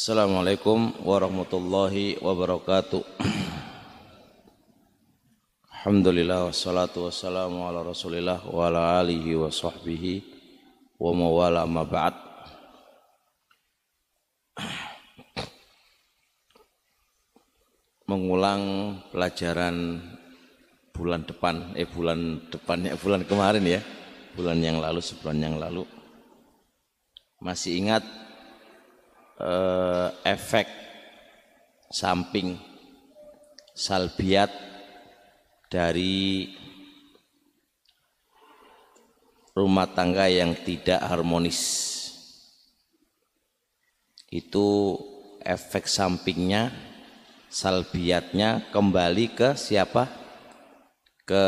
Assalamualaikum warahmatullahi wabarakatuh. Alhamdulillah wassalatu wassalamu ala Rasulillah wa ala alihi wa sahbihi wa mawala ma ba'd. Mengulang pelajaran bulan kemarin ya. Sebulan yang lalu. Masih ingat efek samping salbiat dari rumah tangga yang tidak harmonis. Itu efek sampingnya, salbiatnya kembali ke siapa? Ke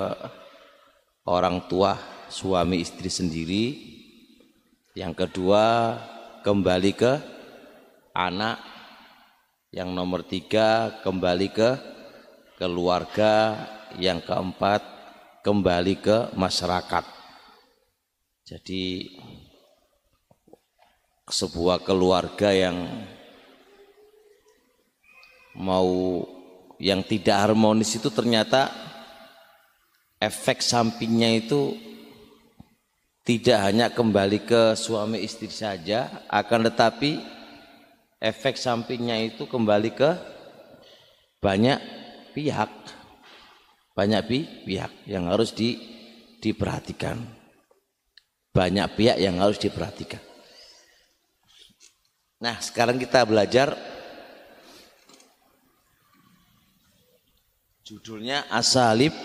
orang tua, suami istri sendiri. Yang kedua kembali ke anak, yang nomor 3 kembali ke keluarga, yang keempat kembali ke masyarakat. Jadi sebuah keluarga yang tidak harmonis itu ternyata efek sampingnya itu tidak hanya kembali ke suami istri saja, akan tetapi efek sampingnya itu kembali ke banyak pihak yang harus diperhatikan. Banyak pihak yang harus diperhatikan. Nah, sekarang kita belajar judulnya asalibu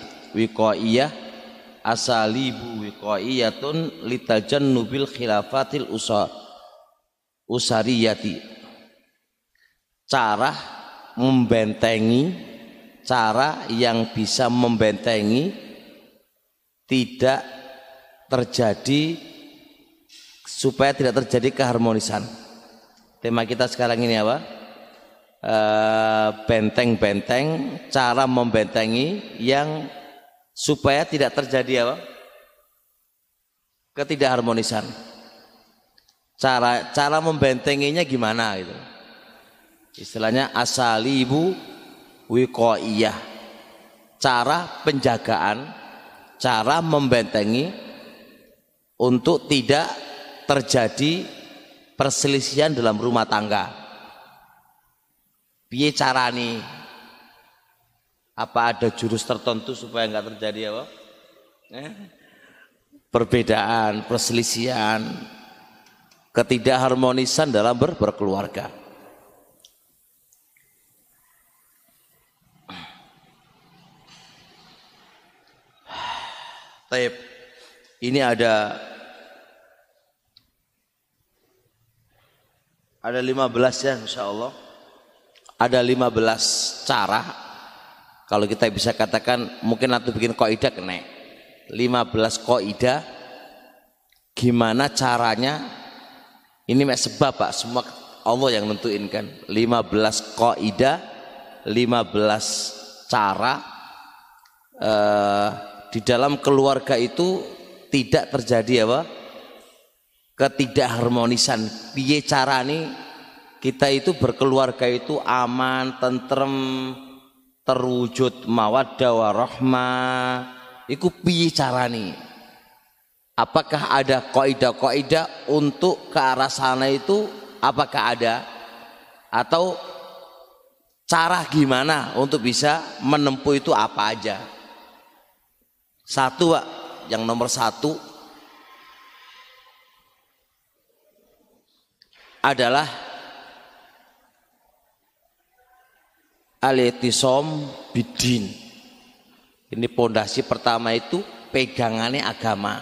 wiqaiyatun litajannubil khilafatil usariyati. Cara yang bisa membentengi tidak terjadi, supaya tidak terjadi keharmonisan. Tema kita sekarang ini apa? Benteng-benteng, cara membentengi yang supaya tidak terjadi apa? Ketidakharmonisan. Cara membentenginya gimana gitu. Istilahnya asalibu wiqaiyah. Cara penjagaan, cara membentengi untuk tidak terjadi perselisihan dalam rumah tangga. Piye carane? Apa ada jurus tertentu supaya enggak terjadi apa? Perbedaan, perselisihan, ketidakharmonisan dalam berkeluarga. Taib. Ini ada 15 ya, insyaallah. Ada 15 cara. Kalau kita bisa katakan, mungkin nanti bikin kaidah kena 15 kaidah gimana caranya. Ini sebab Pak, semua Allah yang nentuin kan. 15 kaidah, 15 cara di dalam keluarga itu tidak terjadi apa? Ketidakharmonisan. Piye carane kita itu berkeluarga itu aman, tentrem, terwujud mawaddah warahmah. Iku piye carane? Apakah ada kaidah-kaidah untuk ke arah sana itu? Apakah ada? Atau cara gimana untuk bisa menempuh itu apa aja? Satu, Pak, yang nomor 1 adalah al-i'tisam bid-din. Ini pondasi pertama itu pegangannya agama.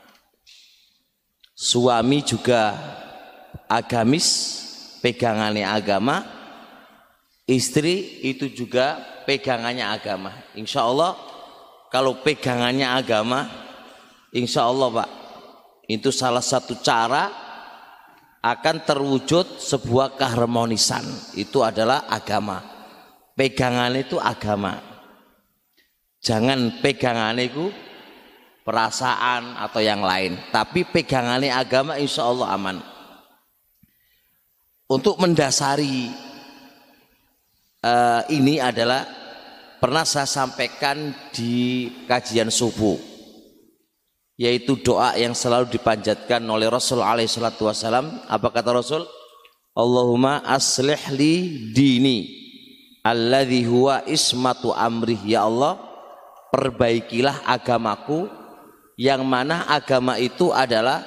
Suami juga agamis, pegangannya agama. Istri itu juga pegangannya agama. Insya Allah kalau pegangannya agama, insya Allah Pak, itu salah satu cara akan terwujud sebuah keharmonisan. Itu adalah agama. Pegangan itu agama. Jangan pegangan itu perasaan atau yang lain, tapi pegangannya agama insya Allah aman. untuk mendasari ini adalah pernah saya sampaikan di kajian subuh, yaitu doa yang selalu dipanjatkan oleh Rasul alaihi salatu wasallam. Apa kata Rasul? Allahumma aslih li dini alladzi huwa ismatu amri. Ya Allah, perbaikilah agamaku yang mana agama itu adalah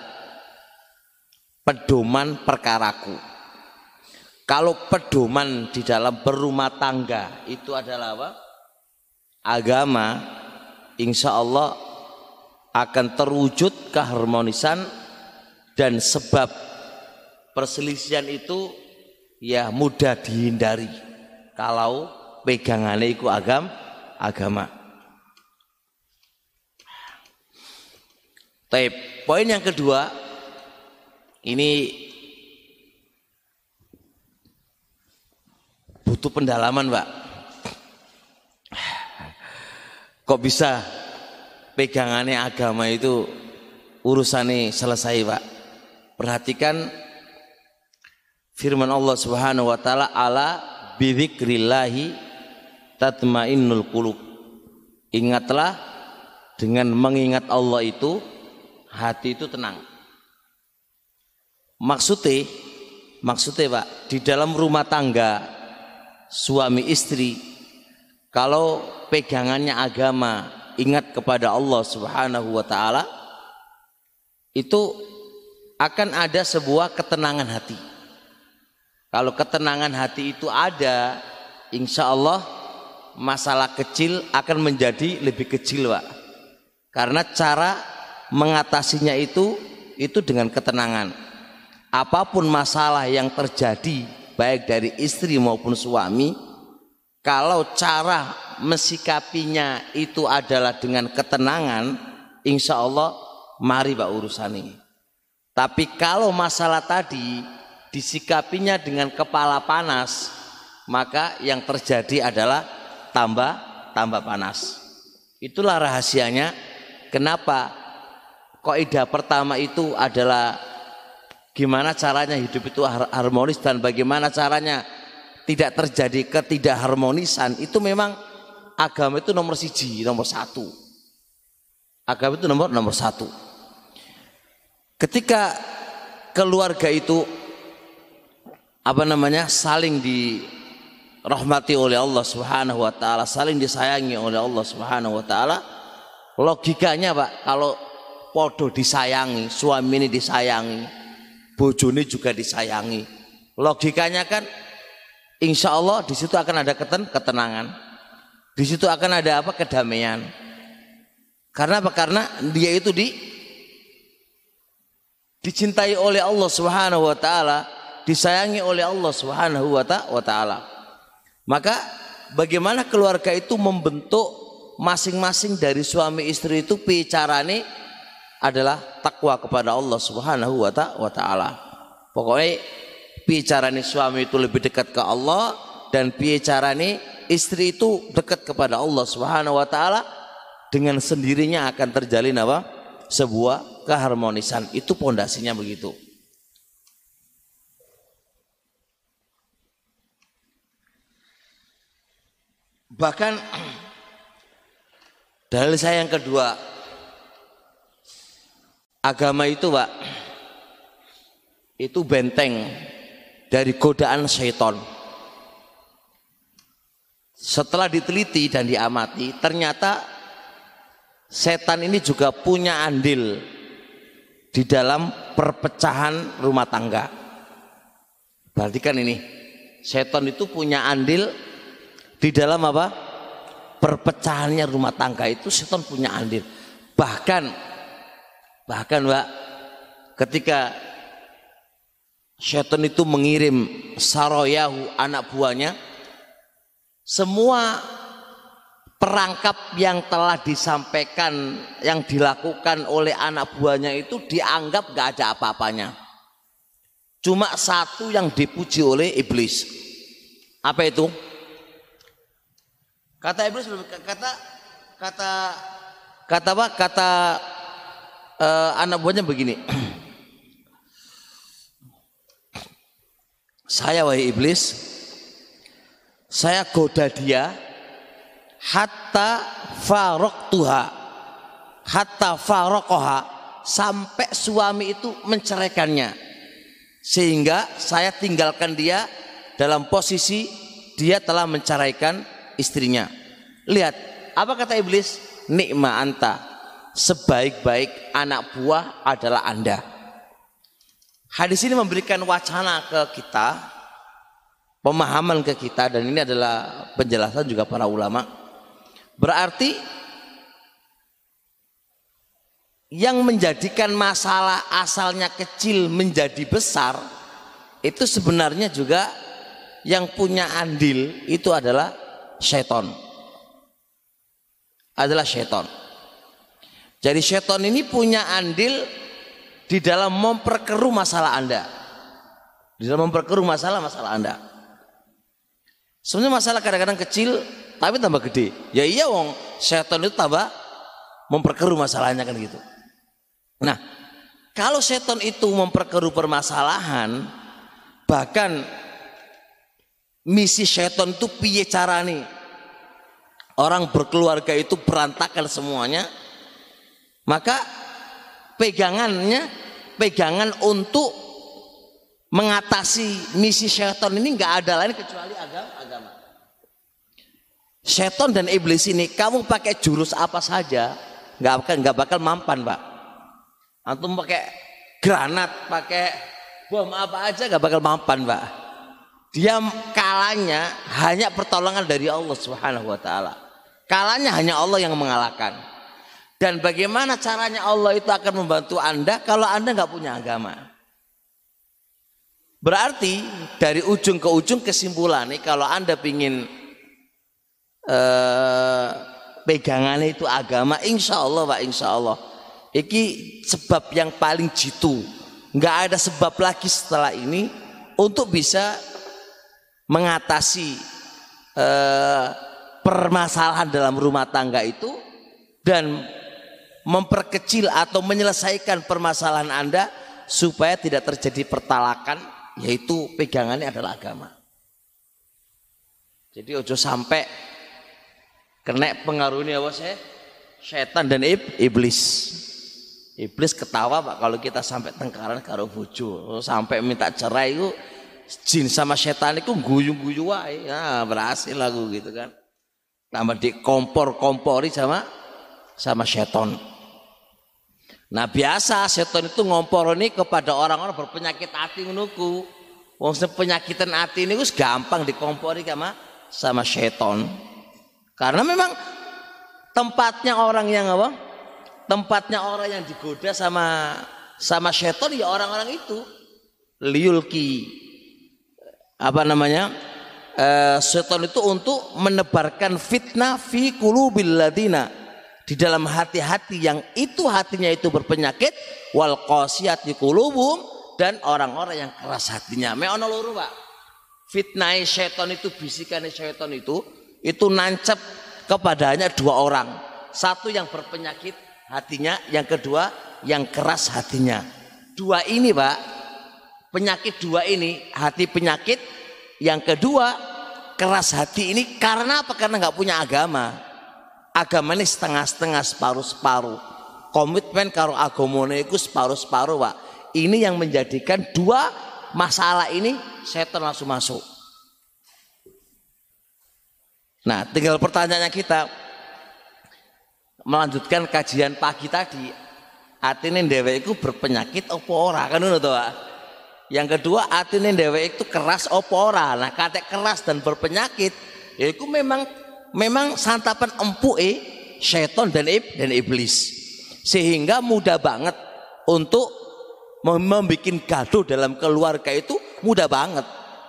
pedoman perkaraku. Kalau pedoman di dalam berumah tangga itu adalah apa? Agama, insya Allah akan terwujud keharmonisan, dan sebab perselisihan itu ya mudah dihindari kalau pegangannya itu agama. Poin yang kedua, ini butuh pendalaman, Pak. Kok bisa pegangannya agama itu urusannya selesai, Pak? Perhatikan firman Allah Subhanahu wa taala, ala bidzikrillahi tatmainnul qulub. Ingatlah, dengan mengingat Allah itu hati itu tenang. Maksudnya Pak, di dalam rumah tangga suami istri, kalau pegangannya agama, ingat kepada Allah Subhanahu wa taala, itu akan ada sebuah ketenangan hati. Kalau ketenangan hati itu ada, insya Allah masalah kecil akan menjadi lebih kecil, Pak. Karena cara mengatasinya itu dengan ketenangan. Apapun masalah yang terjadi, baik dari istri maupun suami, kalau cara mensikapinya itu adalah dengan ketenangan, insya Allah mari Pak urusan ini. Tapi kalau masalah tadi disikapinya dengan kepala panas, maka yang terjadi adalah tambah panas. Itulah rahasianya kenapa kaidah pertama itu adalah gimana caranya hidup itu harmonis, dan bagaimana caranya tidak terjadi ketidakharmonisan. Itu memang agama itu nomor satu. Agama itu nomor satu. Ketika keluarga itu saling dirahmati oleh Allah Subhanahu wa taala, saling disayangi oleh Allah Subhanahu wa taala, logikanya Pak, kalau podo disayangi, suami ini disayangi, bojone juga disayangi, logikanya kan insya Allah di situ akan ada ketenangan, di situ akan ada apa? Kedamaian. Karena apa? Karena dia itu dicintai oleh Allah Subhanahu wa taala, disayangi oleh Allah Subhanahu wa taala. Maka bagaimana keluarga itu membentuk masing-masing dari suami istri itu bicarane adalah takwa kepada Allah Subhanahu wa taala. Pokoknya bicarane suami itu lebih dekat ke Allah, dan bicarane istri itu dekat kepada Allah Subhanahu wa taala, dengan sendirinya akan terjalin apa? Sebuah keharmonisan. Itu pondasinya begitu. Bahkan dalil saya yang kedua, agama itu Pak, itu benteng dari godaan syaitan. Setelah diteliti dan diamati, ternyata setan ini juga punya andil di dalam perpecahan rumah tangga. Berarti kan ini setan itu punya andil di dalam apa? Perpecahannya rumah tangga itu setan punya andil. Bahkan Pak, ketika setan itu mengirim saroyahu, anak buahnya, semua perangkap yang telah disampaikan, yang dilakukan oleh anak buahnya itu dianggap gak ada apa-apanya. Cuma satu yang dipuji oleh iblis. Apa itu? Kata iblis, kata anak buahnya begini. saya wahai iblis, saya goda dia hatta faraqoha, sampai suami itu menceraikannya, sehingga saya tinggalkan dia dalam posisi dia telah menceraikan istrinya. Lihat apa kata iblis, nikma anta, sebaik-baik anak buah adalah Anda. Hadis ini memberikan wacana ke kita, pemahaman ke kita, dan ini adalah penjelasan juga para ulama. Berarti yang menjadikan masalah asalnya kecil menjadi besar itu sebenarnya juga yang punya andil itu adalah syaitan. Adalah syaitan. Jadi syaitan ini punya andil di dalam memperkeruh masalah Anda. Di dalam memperkeruh masalah Anda. Sebenarnya masalah kadang-kadang kecil tapi tambah gede. Ya iya wong, syaitan itu tambah memperkeruh masalahnya kan gitu. Nah, kalau syaitan itu memperkeruh permasalahan, bahkan misi syaitan itu piye carane orang berkeluarga itu berantakan semuanya, maka pegangan untuk mengatasi misi syaitan ini nggak ada lain kecuali agama. Syaitan dan iblis ini kamu pakai jurus apa saja nggak bakal mampan, Pak. Antum pakai granat, pakai bom apa aja nggak bakal mampan, Pak. Dia kalahnya hanya pertolongan dari Allah Subhanahu wa taala. Kalahnya hanya Allah yang mengalahkan. Dan bagaimana caranya Allah itu akan membantu Anda kalau Anda nggak punya agama? Berarti dari ujung ke ujung kesimpulan nih, kalau Anda pingin pegangannya itu agama, insya Allah Pak, insya Allah. Iki sebab yang paling jitu. Nggak ada sebab lagi setelah ini untuk bisa mengatasi permasalahan dalam rumah tangga itu dan memperkecil atau menyelesaikan permasalahan Anda supaya tidak terjadi pertalakan, yaitu pegangannya adalah agama. Jadi ojo sampai kena pengaruh ini apa sih? Setan dan iblis. Iblis ketawa Pak kalau kita sampai tengkaran karo bojo, sampai minta cerai itu jin sama setan itu guyu-guyu wae. Nah, berhasil lagu gitu kan. Tambah dikompor-kompori sama setan. Nah biasa setan itu ngompor ini kepada orang-orang berpenyakit hati menuku. Wong penyakitan hati ini wis gampang dikompori sama setan. Karena memang tempatnya orang yang apa? Tempatnya orang yang digoda sama setan ya orang-orang itu. Liulki setan itu untuk menebarkan fitnah fi qulubil ladina, di dalam hati-hati yang itu hatinya itu berpenyakit, wal qasiyati qulubuhum, dan orang-orang yang keras hatinya. Me ono loro, Pak. Fitnah setan itu, bisikan setan itu nancep kepadanya dua orang. Satu yang berpenyakit hatinya, yang kedua yang keras hatinya. Dua ini, Pak. Penyakit dua ini, hati penyakit, yang kedua keras hati ini karena apa? Karena nggak punya agama. Agama ini setengah-setengah, separuh-separuh. Komitmen karo agamane iku separuh-separuh, Pak. Ini yang menjadikan dua masalah ini setan langsung masuk. Nah, tinggal pertanyaannya kita melanjutkan kajian pagi tadi. Atine dhewek iku berpenyakit apa ora? Kan ngono to, Pak. Yang kedua, atine dhewek itu keras apa ora? Nah, kate keras dan berpenyakit, ya iku memang santapan empuke setan dan iblis, sehingga mudah banget untuk membuat gaduh dalam keluarga itu mudah banget.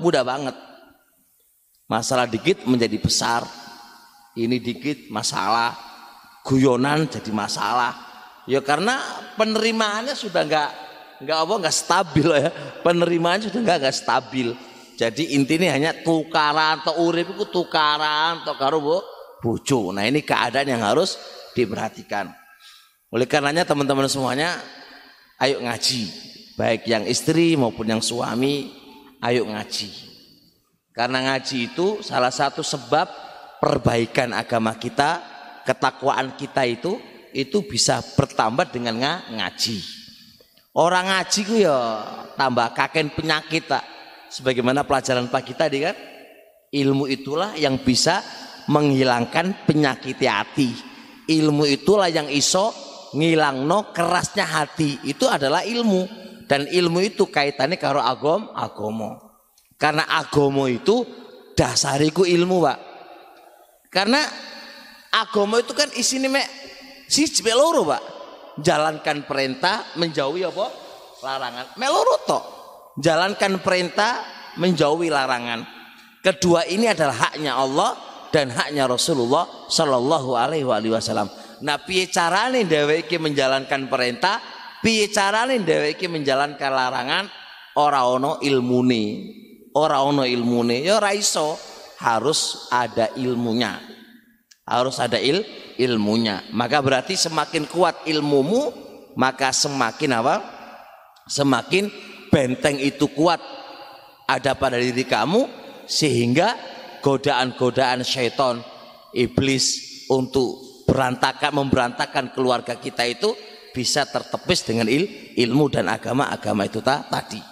Masalah dikit menjadi besar, ini dikit masalah, guyonan jadi masalah. Ya karena penerimaannya sudah nggak stabil ya, penerimaannya sudah nggak stabil. Jadi intinya hanya tukaran atau urip itu tukaran atau karo bojo. Nah ini keadaan yang harus diperhatikan. Oleh karenanya teman-teman semuanya, ayo ngaji. Baik yang istri maupun yang suami, ayo ngaji. Karena ngaji itu salah satu sebab perbaikan agama kita, ketakwaan kita itu bisa bertambah dengan ngaji. Orang ngaji ku ya tambah kaken penyakit tak. Sebagaimana pelajaran pagi tadi kan, ilmu itulah yang bisa menghilangkan penyakit hati. Ilmu itulah yang iso ngilangno kerasnya hati. Itu adalah ilmu, dan ilmu itu kaitannya karo agama. Karena agama itu dasariku ilmu, Pak. Karena agama itu kan isine mek siji mek loro, Pak. Jalankan perintah, menjauhi apa? Larangan. Mek loro tok. Jalankan perintah, menjauhi larangan. Kedua ini adalah haknya Allah dan haknya Rasulullah Shallallahu Alaihi Wasallam. Nah, piye carane dheweke iki menjalankan perintah, piye carane dheweke iki menjalankan larangan, ora ono ilmune. Ora ono ilmune, ya ora iso. Harus ada ilmunya. Harus ada ilmunya. Maka berarti semakin kuat ilmumu, maka semakin apa? Semakin benteng itu kuat ada pada diri kamu, sehingga godaan-godaan syaitan, iblis untuk memberantakan keluarga kita itu bisa tertepis dengan ilmu dan agama itu tadi.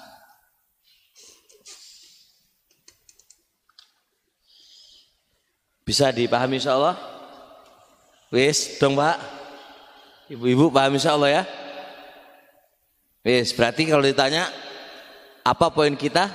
Bisa dipahami insyaallah? Wis dong Pak. Ibu-ibu paham insyaallah ya? Wis, berarti kalau ditanya apa poin kita?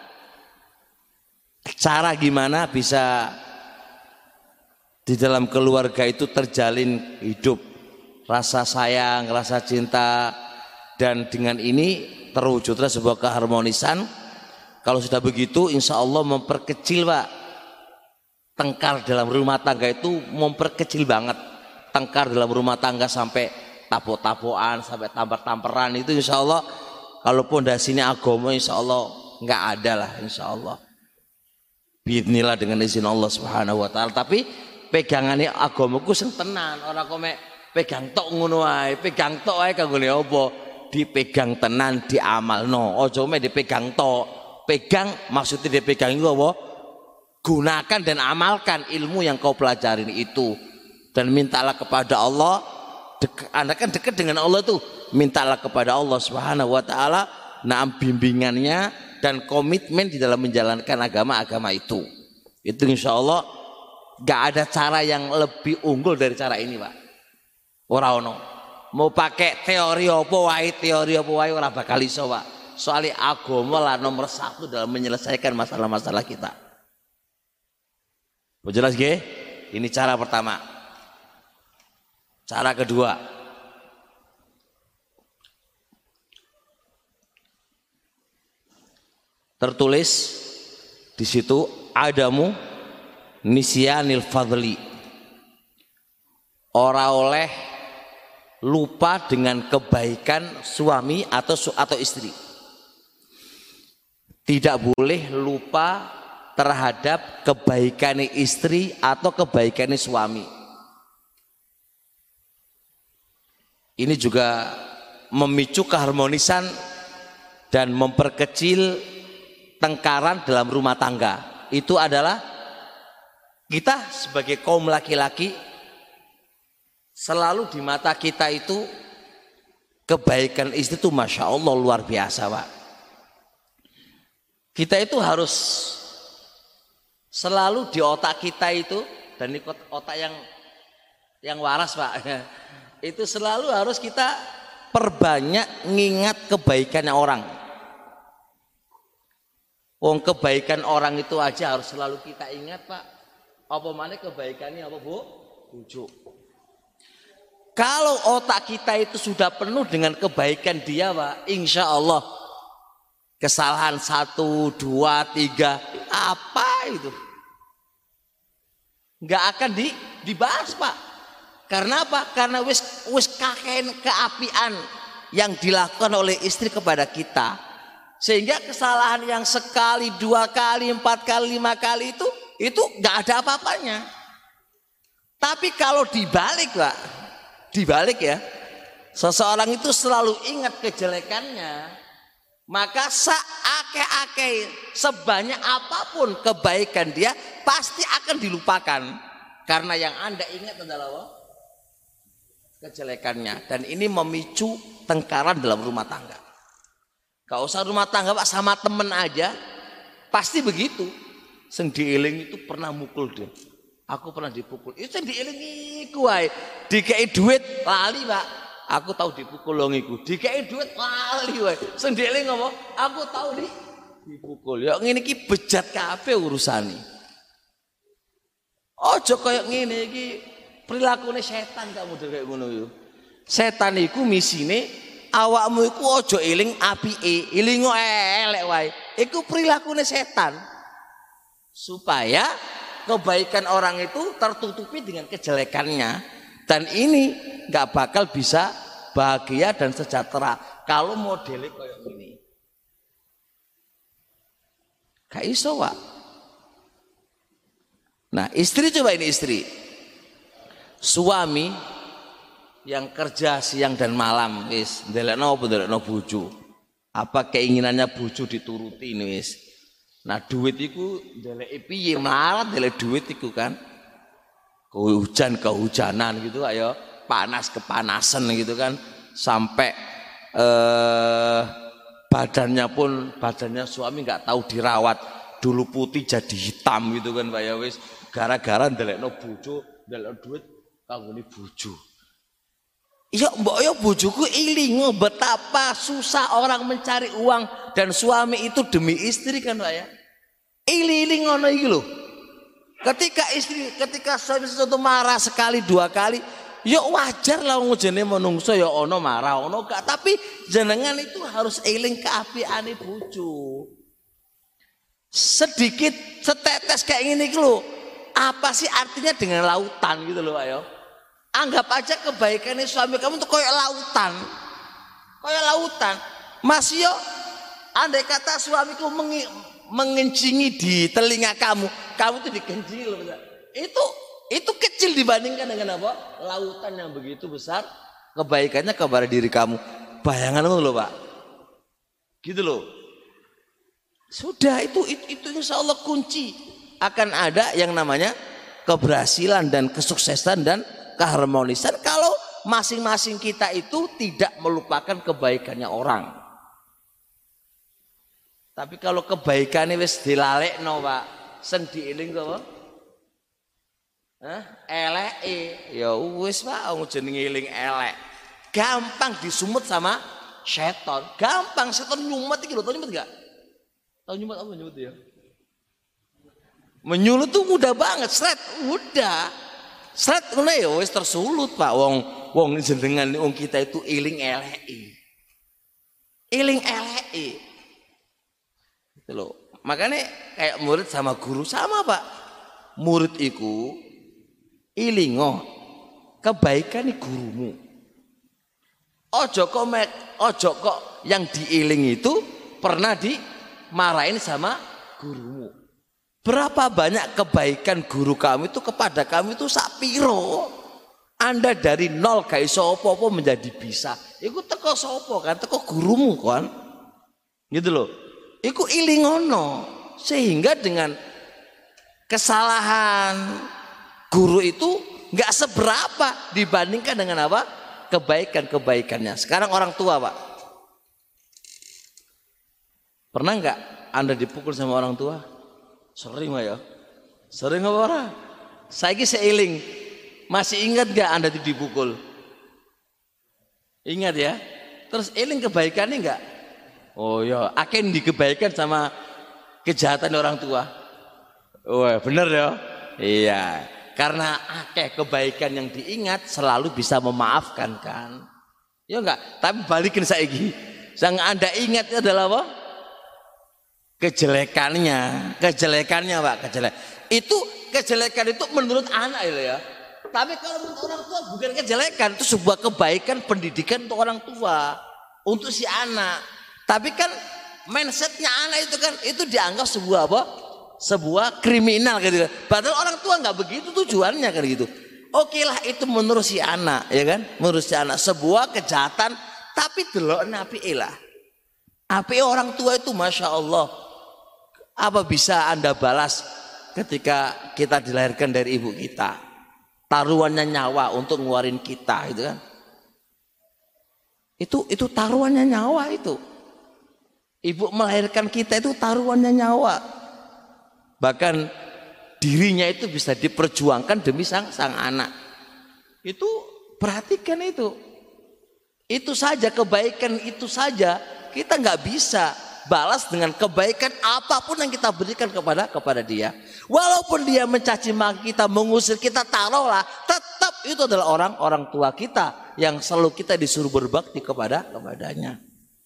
Cara gimana bisa di dalam keluarga itu terjalin hidup rasa sayang, rasa cinta, dan dengan ini terwujudlah sebuah keharmonisan. Kalau sudah begitu insya Allah memperkecil, Pak. Tengkar dalam rumah tangga itu memperkecil banget. Tengkar dalam rumah tangga sampai tapok-tapokan, sampai tampar-tamperan itu insya Allah kalau pondasinya agama insya Allah nggak ada lah insya Allah. Bismillah dengan izin Allah Subhanahu Wa Taala. Tapi pegangannya agamaku sing tenan, orang kome pegang tok ngono ae, pegang tok ae kanggone apa? Dipegang tenan, diamalno. Ojo me dipegang tok. Pegang maksudnya dipegang itu apa? Gunakan dan amalkan ilmu yang kau pelajarin itu, dan mintalah kepada Allah. Anda kan dekat dengan Allah tuh, mintalah kepada Allah Subhanahu Wa Taala naam bimbingannya dan komitmen di dalam menjalankan agama itu. Itu insya Allah gak ada cara yang lebih unggul dari cara ini, Pak. Ora ono. Mau pakai teori apa wae ora bakal iso, Pak. Soalnya agama lah nomor 1 dalam menyelesaikan masalah-masalah kita. Jelas nggih? Ini cara pertama. Cara kedua, tertulis di situ adamu nisyanil fadli. Ora oleh lupa dengan kebaikan suami atau istri. Tidak boleh lupa terhadap kebaikan istri atau kebaikan suami. Ini juga memicu keharmonisan dan memperkecil tengkaran dalam rumah tangga. Itu adalah kita sebagai kaum laki-laki selalu di mata kita itu kebaikan istri itu Masya Allah luar biasa, Pak. Kita itu harus selalu di otak kita itu, dan ini otak yang waras, Pak. Itu selalu harus kita perbanyak ngingat kebaikannya orang. Wong kebaikan orang itu aja harus selalu kita ingat, Pak. Apa mana kebaikannya apa, Bu? Bujuk. Kalau otak kita itu sudah penuh dengan kebaikan dia, Pak, insya Allah kesalahan 1, 2, 3 apa itu nggak akan dibahas, Pak. Karena apa? Karena wis kakean keapian yang dilakukan oleh istri kepada kita, sehingga kesalahan yang sekali, 2 kali, 4 kali, 5 kali itu nggak ada apa-apanya. Tapi kalau dibalik, Pak, dibalik ya, seseorang itu selalu ingat kejelekannya, maka akeh-akeh, sebanyak apapun kebaikan dia pasti akan dilupakan. Karena yang Anda ingat adalah apa? Kejelekannya. Dan ini memicu tengkaran dalam rumah tangga. Gak usah rumah tangga Pak, sama temen aja pasti begitu. Sing dieling itu pernah mukul dia. Aku pernah dipukul. Itu sing dielingi kuwi. Dikei duit lali, Pak. Aku tahu dipukul wong iku. Dikei duit lali wae. Sing dieling apa? Aku tahu dipukul. Ya ngene iki bejat kabeh urusane. Aja kaya ngene iki prilakune setan kamu kayak ngono yo. Setan iku misine awakmu iku aja eling apike, elingo elek wae. Iku prilakune setan. Supaya kebaikan orang itu tertutupi dengan kejelekannya, dan ini nggak bakal bisa bahagia dan sejahtera kalau modelnya kayak gini. Gak iso, Pak. Nah, istri, coba ini istri, suami yang kerja siang dan malam, wis ndelekno apa ndelekno bojo, apa keinginannya bojo dituruti ini wis. Nah duit itu ndeleki piye, melarat ndelek duit itu kan. Kehujanan gitu ayo, panas kepanasan gitu kan, sampai badannya suami nggak tahu dirawat, dulu putih jadi hitam gitu kan Pak ya wis, gara-gara ndelekno bojo, ndelekno duit kanggone bojo. Ya mbok ya bojoku ilingo betapa susah orang mencari uang, dan suami itu demi istri kan Pak ya. Iling ngono iki lho. Ketika suami sesuatu marah sekali dua kali, ya wajar lah ngene menungso ya ono marah ono gak, tapi jenengan itu harus eling keapiane bojo. Sedikit setetes kayak gini iki lho. Apa sih artinya dengan lautan gitu loh Pak ya. Anggap aja kebaikannya suami kamu tuh kayak lautan. Kayak lautan. Mas yo, andai kata suamiku mengencingi di telinga kamu tuh dikencingi loh. Itu kecil dibandingkan dengan apa? Lautan yang begitu besar kebaikannya kepada diri kamu. Bayangan loh Pak. Gitu loh. Sudah itu insya Allah kunci akan ada yang namanya keberhasilan dan kesuksesan dan keharmonisan kalau masing-masing kita itu tidak melupakan kebaikannya orang. Tapi kalau kebaikannya wis dilalekno Pak, sen dieling apa? Eleke. Ya wis Pak, jenenge eling elek. Gampang disumut sama setan. Gampang setan nyumet iki lho, tau nyumet enggak? Tahu nyumet apa nyumet ya? Menyulut tuh mudah banget, sret, udah. Sret ngono ya wis tersulut Pak. Wong jenengan wong kita itu eling eleke. Eling eleke. Loh. Makanya kayak murid sama guru sama Pak. Murid iku ilingo kebaikan gurumu. Ojo kok yang diiling itu pernah dimarahin sama gurumu. Berapa banyak kebaikan guru kamu itu kepada kamu itu sapiro. Anda dari nol gak iso apa-apa menjadi bisa. Iku teko sopo kan? Teko gurumu kan? Gitu loh. Iku ilingono, sehingga dengan kesalahan guru itu nggak seberapa dibandingkan dengan apa kebaikannya. Sekarang orang tua Pak, pernah nggak Anda dipukul sama orang tua? Sering Pak ya, sering apa orang? Saiki seiling, masih ingat nggak Anda dipukul? Ingat ya, terus eling kebaikannya nggak? Oh ya, akan dikebaikan sama kejahatan orang tua. Wah, bener ya? Iya, karena akeh kebaikan yang diingat selalu bisa memaafkan kan? Ya enggak? Tapi balikin saiki. Yang Anda ingat adalah apa? Kejelekannya Pak, kejelekan itu menurut anak ya. Tapi kalau menurut orang tua bukan kejelekan, itu sebuah kebaikan pendidikan untuk orang tua, untuk si anak. Tapi kan mindsetnya anak itu kan itu dianggap sebuah apa? Sebuah kriminal gitu. Padahal orang tua nggak begitu tujuannya kan gitu. Oke lah itu menurut si anak ya kan, menurut si anak sebuah kejahatan, tapi delok napi lah. Apik orang tua itu Masya Allah. Apa bisa Anda balas ketika kita dilahirkan dari ibu kita? Taruhannya nyawa untuk ngeluarin kita itu kan. Itu taruhannya nyawa itu. Ibu melahirkan kita itu taruhannya nyawa. Bahkan dirinya itu bisa diperjuangkan demi sang anak. Itu perhatikan itu. Itu saja kebaikan itu saja kita nggak bisa balas dengan kebaikan apapun yang kita berikan kepada dia. Walaupun dia mencaci maki kita, mengusir kita, taruhlah, tetap itu adalah orang tua kita yang selalu kita disuruh berbakti kepadanya.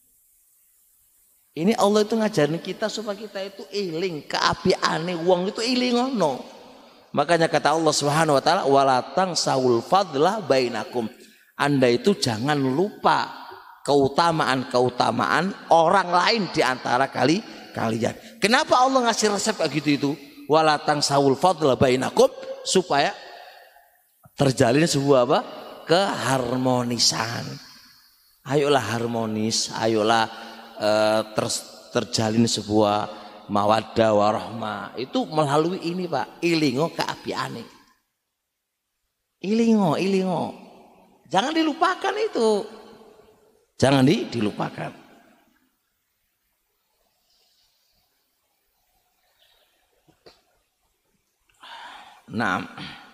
Ini Allah itu ngajarin kita supaya kita itu iling keapiane wong itu ilingono. Makanya kata Allah Subhanahu wa taala walatang saul fadlah bainakum. Anda itu jangan lupa keutamaan orang lain di antara kalian. Kenapa Allah ngasih resep kayak gitu itu? Walatang saul fadlah bainakum supaya terjalin sebuah apa? Keharmonisan. Ayolah harmonis, ayolah terjalin sebuah mawaddah warahmah. Itu melalui ini Pak, ilingo keapiane. Ilingo. Jangan dilupakan itu. Jangan dilupakan. Nah,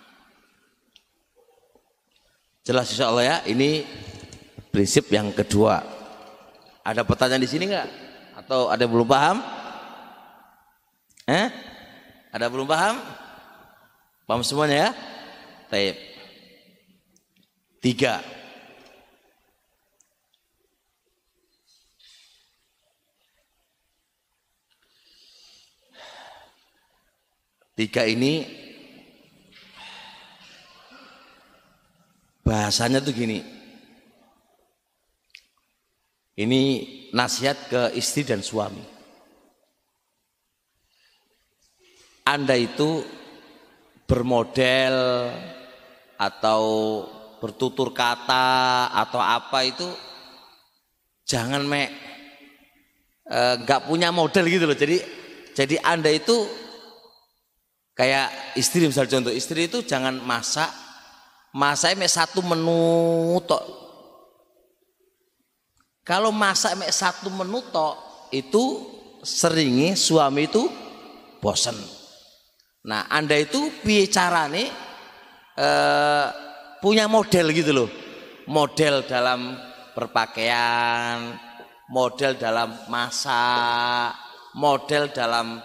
jelas insya Allah ya. Ini prinsip yang kedua. Ada pertanyaan di sini nggak? Atau ada yang belum paham? Ada belum paham? Paham semuanya ya? Baik. 3. Ini bahasanya tuh gini. Ini nasihat ke istri dan suami. Anda itu bermodel atau bertutur kata atau apa itu jangan nggak punya model gitu loh. Jadi Anda itu kayak istri, misal contoh istri itu jangan masaknya satu menu tok. Kalau masak satu menu tok itu seringnya suami itu bosen. Nah, Anda itu bicarane punya model gitu loh. Model dalam berpakaian, model dalam masak, model dalam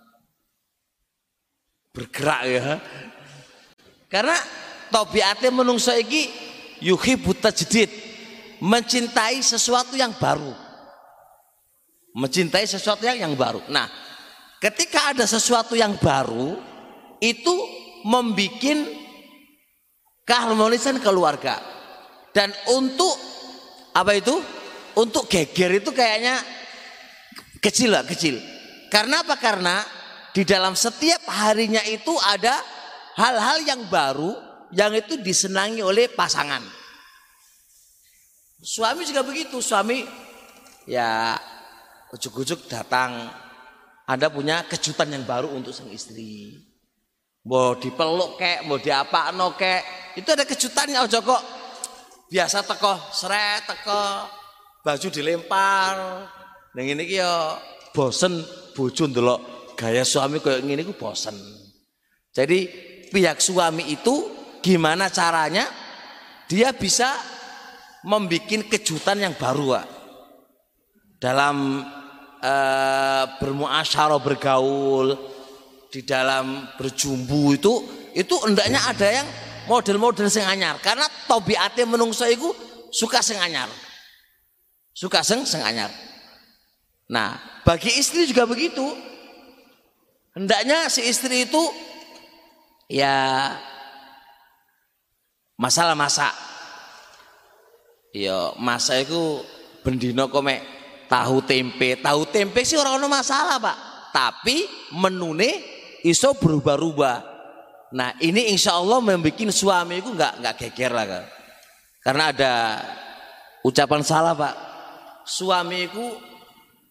bergerak ya. Karena tabiate menungso iki yuhibbut tajdid, mencintai sesuatu yang baru. Mencintai sesuatu yang baru. Nah, ketika ada sesuatu yang baru itu membikin keharmonisan keluarga. Dan untuk apa itu? Untuk geger itu kayaknya kecil. Karena apa? Karena di dalam setiap harinya itu ada hal-hal yang baru yang itu disenangi oleh pasangan. Suami juga begitu. Suami ya ujuk-ujuk datang, Anda punya kejutan yang baru untuk sang istri. Mau dipeluk kek, mau diapakno kek, itu ada kejutannya. Ojo kok biasa teko baju dilempar. Nang ngene iki ya bosen bojo ndelok gaya suami kayak ngene iku bosen. Jadi pihak suami itu gimana caranya dia bisa membuat kejutan yang baru Pak. Dalam bermuasyarah, bergaul, di dalam berjumbu itu hendaknya ada yang model-model sing anyar. Karena tabiate menungso iku suka sing anyar. Suka sing anyar. Nah, bagi istri juga begitu. Hendaknya si istri itu ya masalah masak. Ya masak itu bendino kok mek tahu tempe sih orang ono masalah Pak. Tapi menune iso berubah-ubah. Nah ini insya Allah membuat suamiku nggak geger lah kan. Karena ada ucapan salah Pak. Suamiku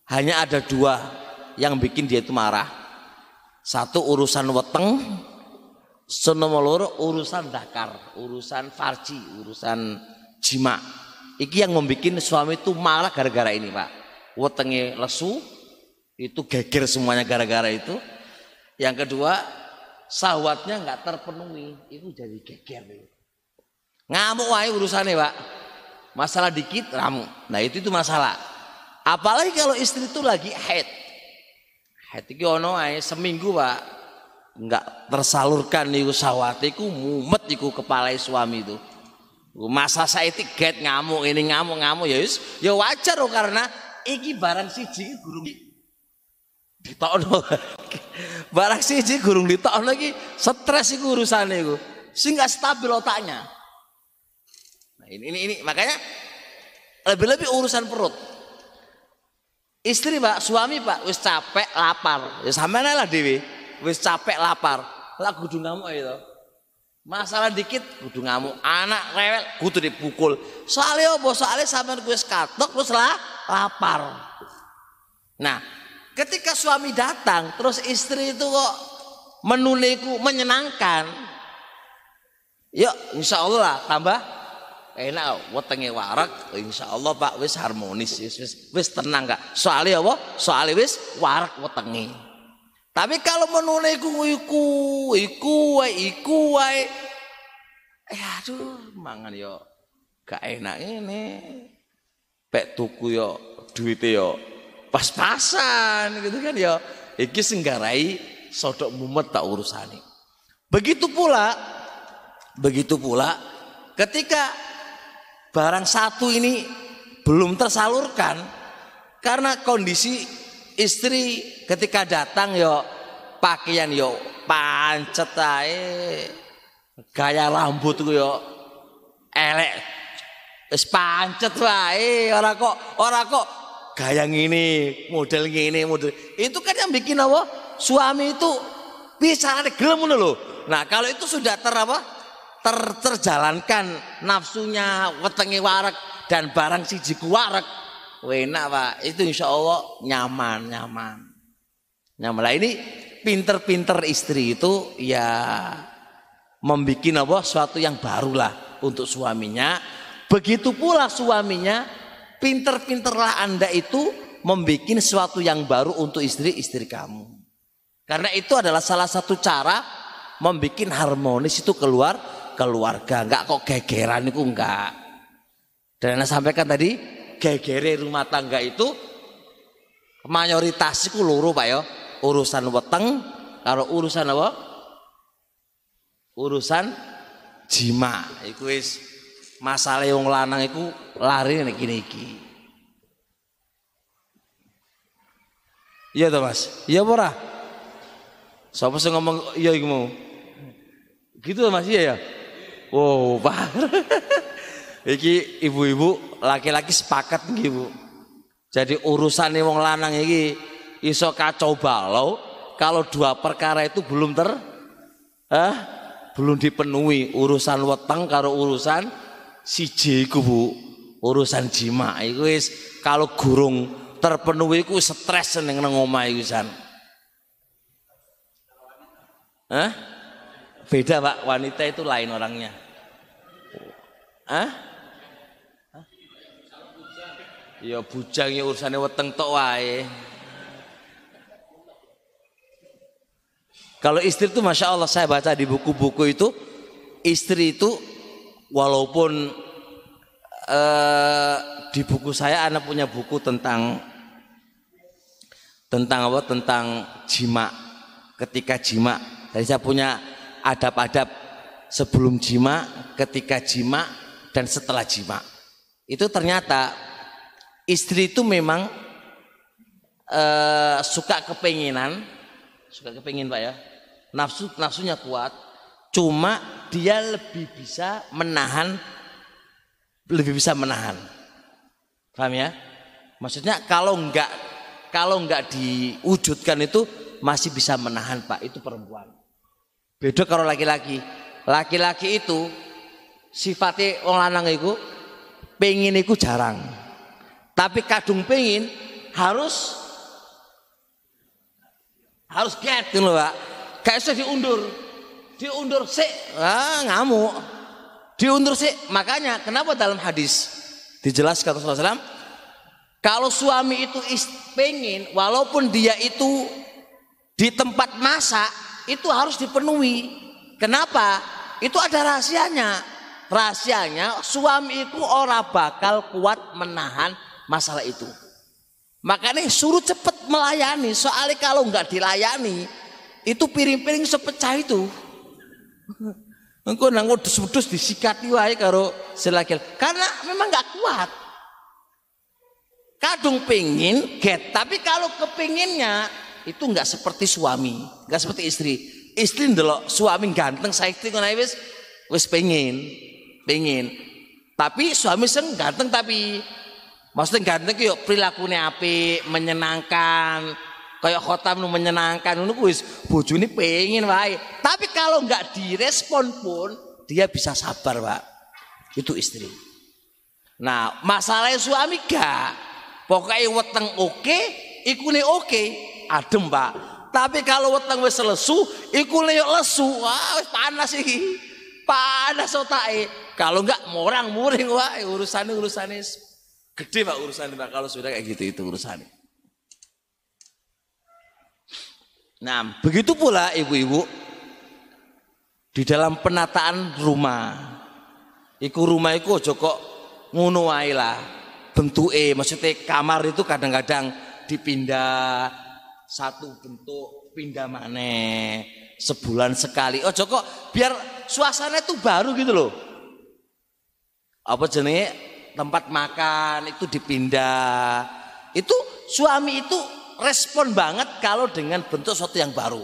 hanya ada dua yang bikin dia itu marah. Satu urusan weteng, nomor loro urusan dakar, urusan farji, urusan jima. Iki yang membuat suami itu marah gara-gara ini, Pak. Wetenge lesu, itu geger semuanya gara-gara itu. Yang kedua, syahwatnya nggak terpenuhi, itu jadi geger. Ngamuk wae urusannya, Pak. Masalah dikit ngamuk. Nah, itu masalah. Apalagi kalau istri itu lagi haid. Haid iki ono ae seminggu, Pak. Enggak tersalurkan niku syahwate iku mumet iku kepala suami itu. Masa saiki get ngamuk ini ngamuk ya wis ya wajar karena iki barang siji gurung ditokno. Barang siji gurung ditokno iki stres iku urusane iku. Sing gak stabil otaknya. Nah, ini makanya lebih-lebih urusan perut. Istri, Pak, suami, Pak, wis capek lapar. Ya sampean lah dhewe. Wis capek lapar. Lah kudu ngamuk itu. Masalah dikit kudu ngamuk. Anak rewel kudu dipukul. Soalnya apa? Soalnya sampean wis katok terus lapar. Nah, ketika suami datang terus istri itu kok menuniku menyenangkan. Yuk, insya Allah lah tambah enak wetenge warak, insyaallah Pak wis harmonis, wis tenang Kak. Soalnya apa? Soalnya wis warak wetenge. Tapi kalau menune iku wae. Aduh, mangan yo gak enak ini. Pek tuku yo duwite yo pas-pasan gitu kan yo. Iki sing garai sodok mumet tak urusane. Begitu pula ketika barang satu ini belum tersalurkan karena kondisi istri ketika datang yo pakaian yo pancet ae, gaya rambut yo elek wis pancet wae, ora kok gaya ngene, model itu kan yang bikin apa? Suami itu bisa gelem ngono lho. Nah, kalau itu sudah terjalankan nafsunya wetenge warak dan barang siji kuarek enak Pak, itu insya Allah nyaman. Lah ini pinter-pinter istri itu ya membikin apa suatu yang barulah untuk suaminya. Begitu pula suaminya pinter-pinterlah Anda itu membikin suatu yang baru untuk istri kamu. Karena itu adalah salah satu cara membikin harmonis itu keluarga, enggak kok gegeran itu enggak. Dan Anda sampaikan tadi gegere rumah tangga itu mayoritas itu loro Pak ya, urusan weteng karo urusan apa? Urusan jima. Iku wis masalah wong lanang iku lari nek iki. Iya toh Mas? Iya apa ora? Sapa sing ngomong iya iku mau? Gitu Mas iya ya? Wow, Pak. Iki ibu-ibu laki-laki sepakat nggih, Bu. Jadi urusane wong lanang iki iso kacau balau kalau dua perkara itu belum dipenuhi, urusan weteng karo urusan siji iku, Bu. Urusan jima iku wis kalau gurung terpenuhi iku stres ning omah iku san. Beda Pak, wanita itu lain orangnya. Ya bujang ya urusannya weteng tok wae. Kalau istri itu Masya Allah, saya baca di buku-buku itu istri itu walaupun di buku saya anak punya buku tentang apa? Tentang jima, ketika jima. Jadi saya punya adab-adab sebelum jima, ketika jima, dan setelah jima. Itu ternyata istri itu memang suka kepingin Pak ya, nafsunya kuat. Cuma dia lebih bisa menahan. Paham ya? Maksudnya kalau enggak diwujudkan itu masih bisa menahan Pak. Itu perempuan. Beda kalau laki-laki. Laki-laki itu sifatnya wong lanang iku pengin iku jarang. Tapi kadung pengin harus Harus get ngono Pak. Gak iso diundur. Diundur sik, ngamuk. Diundur sik. Makanya kenapa dalam hadis dijelaskan Rasulullah SAW, kalau suami itu pengen walaupun dia itu di tempat masak itu harus dipenuhi. Kenapa? Itu ada rahasianya. Rahasianya suami itu ora bakal kuat menahan masalah itu. Makanya suruh cepet melayani. Soalnya kalau nggak dilayani itu piring-piring sepecah itu. Engko nang wedhus-wedhus disikati wae karo selakil. Karena memang nggak kuat. Kadung pengin get, tapi kalau kepinginnya itu nggak seperti suami, nggak seperti istri. Istri ndelok suami ganteng, saiki ngono wis pengen. Tapi suami sing ganteng tapi maksudnya ganteng ki yo prilakune apik, menyenangkan, kayak khotam nu menyenangkan ngono ku wis bojone pengen wae. Tapi kalau nggak direspon pun dia bisa sabar, Pak. Itu istri. Nah, masalahnya suami gak. Pokoknya weteng oke, ikune oke, adem Pak. Tapi kalau weteng wis lesu, ikune yo lesu. Wah, wis panas iki. Panas otake. Kalau enggak morang-muring wae urusane gede Pak urusannya Pak kalau sudah kayak gitu itu urusannya. Nah, begitu pula ibu-ibu di dalam penataan rumah. Iku rumah iku aja kok ngono wae lah. Bentuke maksudnya kamar itu kadang-kadang dipindah satu bentuk pindah maneh sebulan sekali. Oh kok biar suasana itu baru gitu loh. Apa jenenge tempat makan itu dipindah. Itu suami itu respon banget kalau dengan bentuk sesuatu yang baru.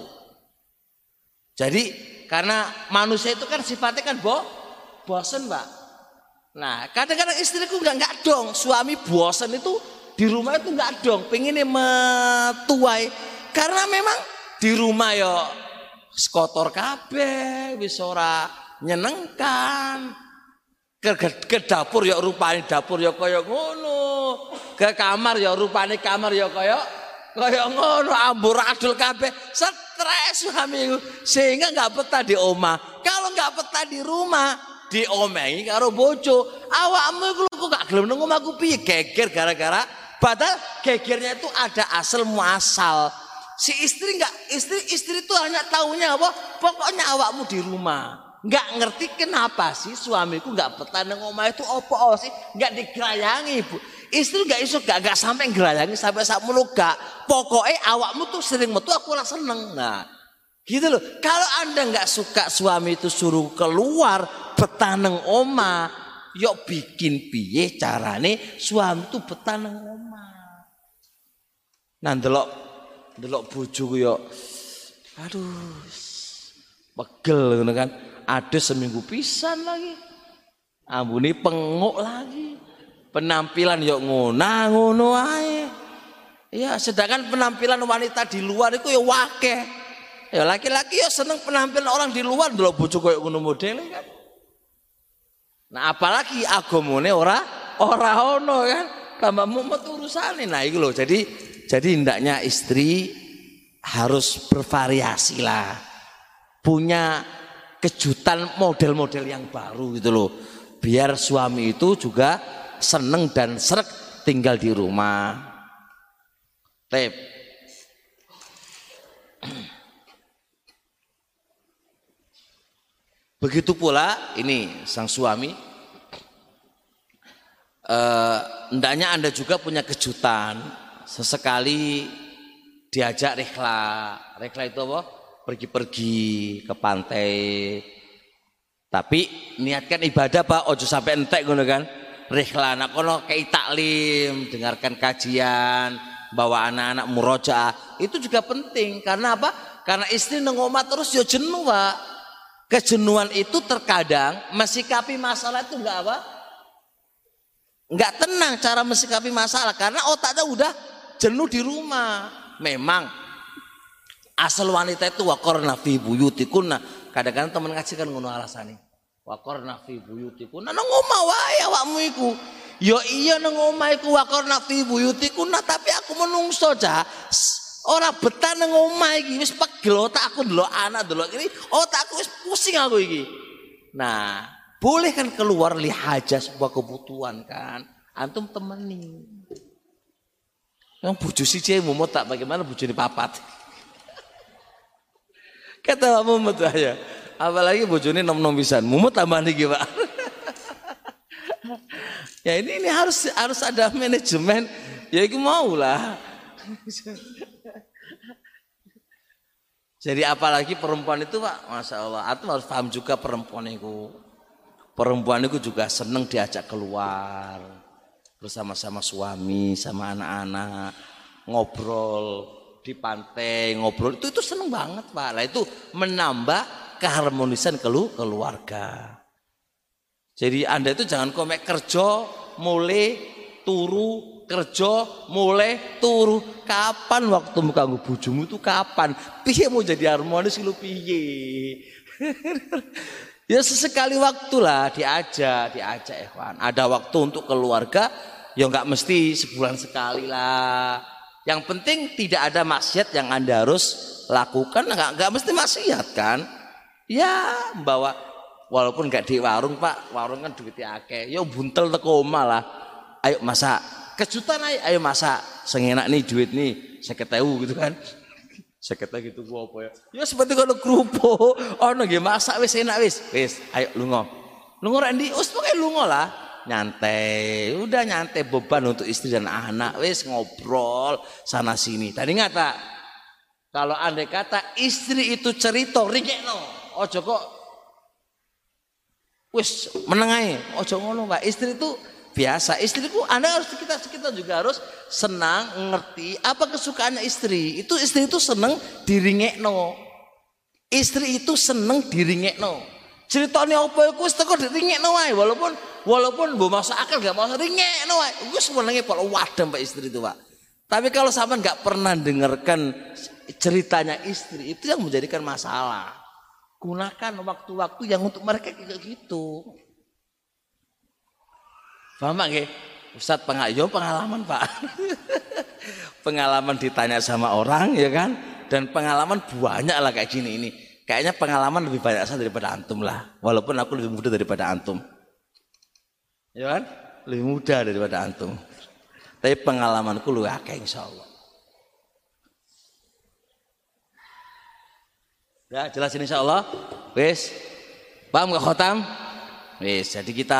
Jadi karena manusia itu kan sifatnya kan bosen Pak. Nah kadang-kadang istriku enggak dong, suami bosan itu di rumah itu enggak dong, pengennya metuai karena memang di rumah yo kotor kabeh, wis ora nyenengkan. Ke dapur ya rupane dapur ya kaya ngono, ke kamar ya rupane kamar ya kaya ngono, amburadul kabeh, stres suami sehingga enggak betah di omah. Kalau enggak betah di rumah diomehi karo bojo, awakmu iku kok gak gelem nang omahku piye, geger gara-gara padahal gegernya itu ada asal muasal. Si istri itu hanya taunya apa? Pokoknya awakmu di rumah. Enggak ngerti kenapa sih suamiku enggak betah nang omah itu opo sih? Enggak digerayangi, Bu. Istri enggak iso enggak sampai ngerayangi sampai sak mulu gak. Pokoknya awakmu tuh sering metu aku ora seneng. Nah, gitu loh. Kalau Anda enggak suka suami itu suruh keluar betah nang omah, yuk bikin piye carane suami itu betah nang omah. Nah ndelok bojoku yo aduh pegel ngono kan. Ada seminggu pisan lagi. Ambune penguk lagi. Penampilan yo ngono ae. Ya, sedangkan penampilan wanita di luar itu ya wakeh. Ya laki-laki ya seneng penampilan orang di luar ndelok bojo koyo ngono model kan. Nah, apalagi agamane ora ono kan. Tambah mumet urusane. Nah, itu loh. Jadi hendaknya istri harus bervariasi lah. Punya kejutan model-model yang baru gitu loh. Biar suami itu juga seneng dan sreg tinggal di rumah. Tep. Begitu pula ini sang suami, hendaknya Anda juga punya kejutan. Sesekali diajak rehla itu apa? Pergi-pergi ke pantai. Tapi niatkan ibadah Pak, ojo sampai entek ngono kan. Rehla anak kono kayak taklim, dengarkan kajian, bawa anak-anak murojaah. Itu juga penting karena apa? Karena istri nang omah terus yo jenuh, Pak. Kejenuhan itu terkadang mensikapi masalah itu enggak apa? Enggak tenang cara mensikapi masalah karena otaknya udah jenuh di rumah. Memang asal wanita itu waqarna fi buyutikunna. Kadang-kadang teman ngaji kan ngono alasane. Waqarna fi buyutikunna nang omah wae awakmu iku. Ya iya nang omah iku waqarna fi buyutikunna tapi aku menungso, Cak. Ora betah nang omah iki, wis pegel otakku ndelok anak ndelok ini, otakku wis pusing aku iki. Nah, boleh kan keluar lihaja sebuah kebutuhan kan. Antum temeni. Yang bojo siji mumut tak bagaimana bojone papat. Kata mumut aja. Apalagi bojone nom-nom pisan. Mumut tambah niki, Pak. Ya ini harus ada manajemen. Ya iku maulah. Jadi apalagi perempuan itu, Pak, Masya Allah, antum harus paham juga perempuan itu. Perempuan itu juga seneng diajak keluar bersama-sama suami, sama anak-anak, ngobrol di pantai, ngobrol itu seneng banget, Pak. Lah itu menambah keharmonisan keluarga. Jadi Anda itu jangan komek kerja mulai turu, kerja mulai turu. Kapan waktu kanggo bojomu itu kapan? Piye mau jadi harmonis lu piye? Ya sesekali waktulah diajak ikhwan. Ada waktu untuk keluarga, ya enggak mesti sebulan sekali lah. Yang penting tidak ada maksiat yang Anda harus lakukan, enggak mesti maksiat kan? Ya membawa, walaupun enggak di warung, Pak, warung kan duitnya akeh. Ya buntel teko omah lah. Ayo masak. Kejutan ayo masak. Sing enak nih duit nih 50.000 gitu kan. 50 gitu gua apa ya? Ya seperti kalau kerupuk, ono nggih masak wis enak wis. Wis, ayo lunga. Lunga rek ndi? Wis pokoke lunga lah. Nyantai, udah nyantai beban untuk istri dan anak. Wis ngobrol sana sini. Tadi ingat Pak, kalau andai kata istri itu cerita ringekno, ojo kok wis meneng ae. Ojo ngono Pak. Istri itu biasa, istriku Anda harus kita juga harus senang ngerti apa kesukaannya istri. Itu istri itu seneng diringekno. Istri itu seneng diringekno. Ceritane apa iku wis teko diringekno wae walaupun mbok masuk akal gak mau ringekno wae. Iku sebenarnya kalau wadam Pak istri itu, Pak. Tapi kalau sampean enggak pernah dengarkan ceritanya istri, itu yang menjadikan masalah. Gunakan waktu-waktu yang untuk mereka kayak gitu. Paham Pak nggih? Ustaz pengalaman Pak. Pengalaman ditanya sama orang ya kan, dan pengalaman banyak lah kayak gini ini. Kayaknya pengalaman lebih banyak saya daripada antum lah. Walaupun aku lebih muda daripada antum. Ya kan? Lebih muda daripada antum. Tapi pengalamanku luwih akeh insyaallah. Ya, jelasin insyaallah. Wis. Paham gak khotam? Wis, jadi kita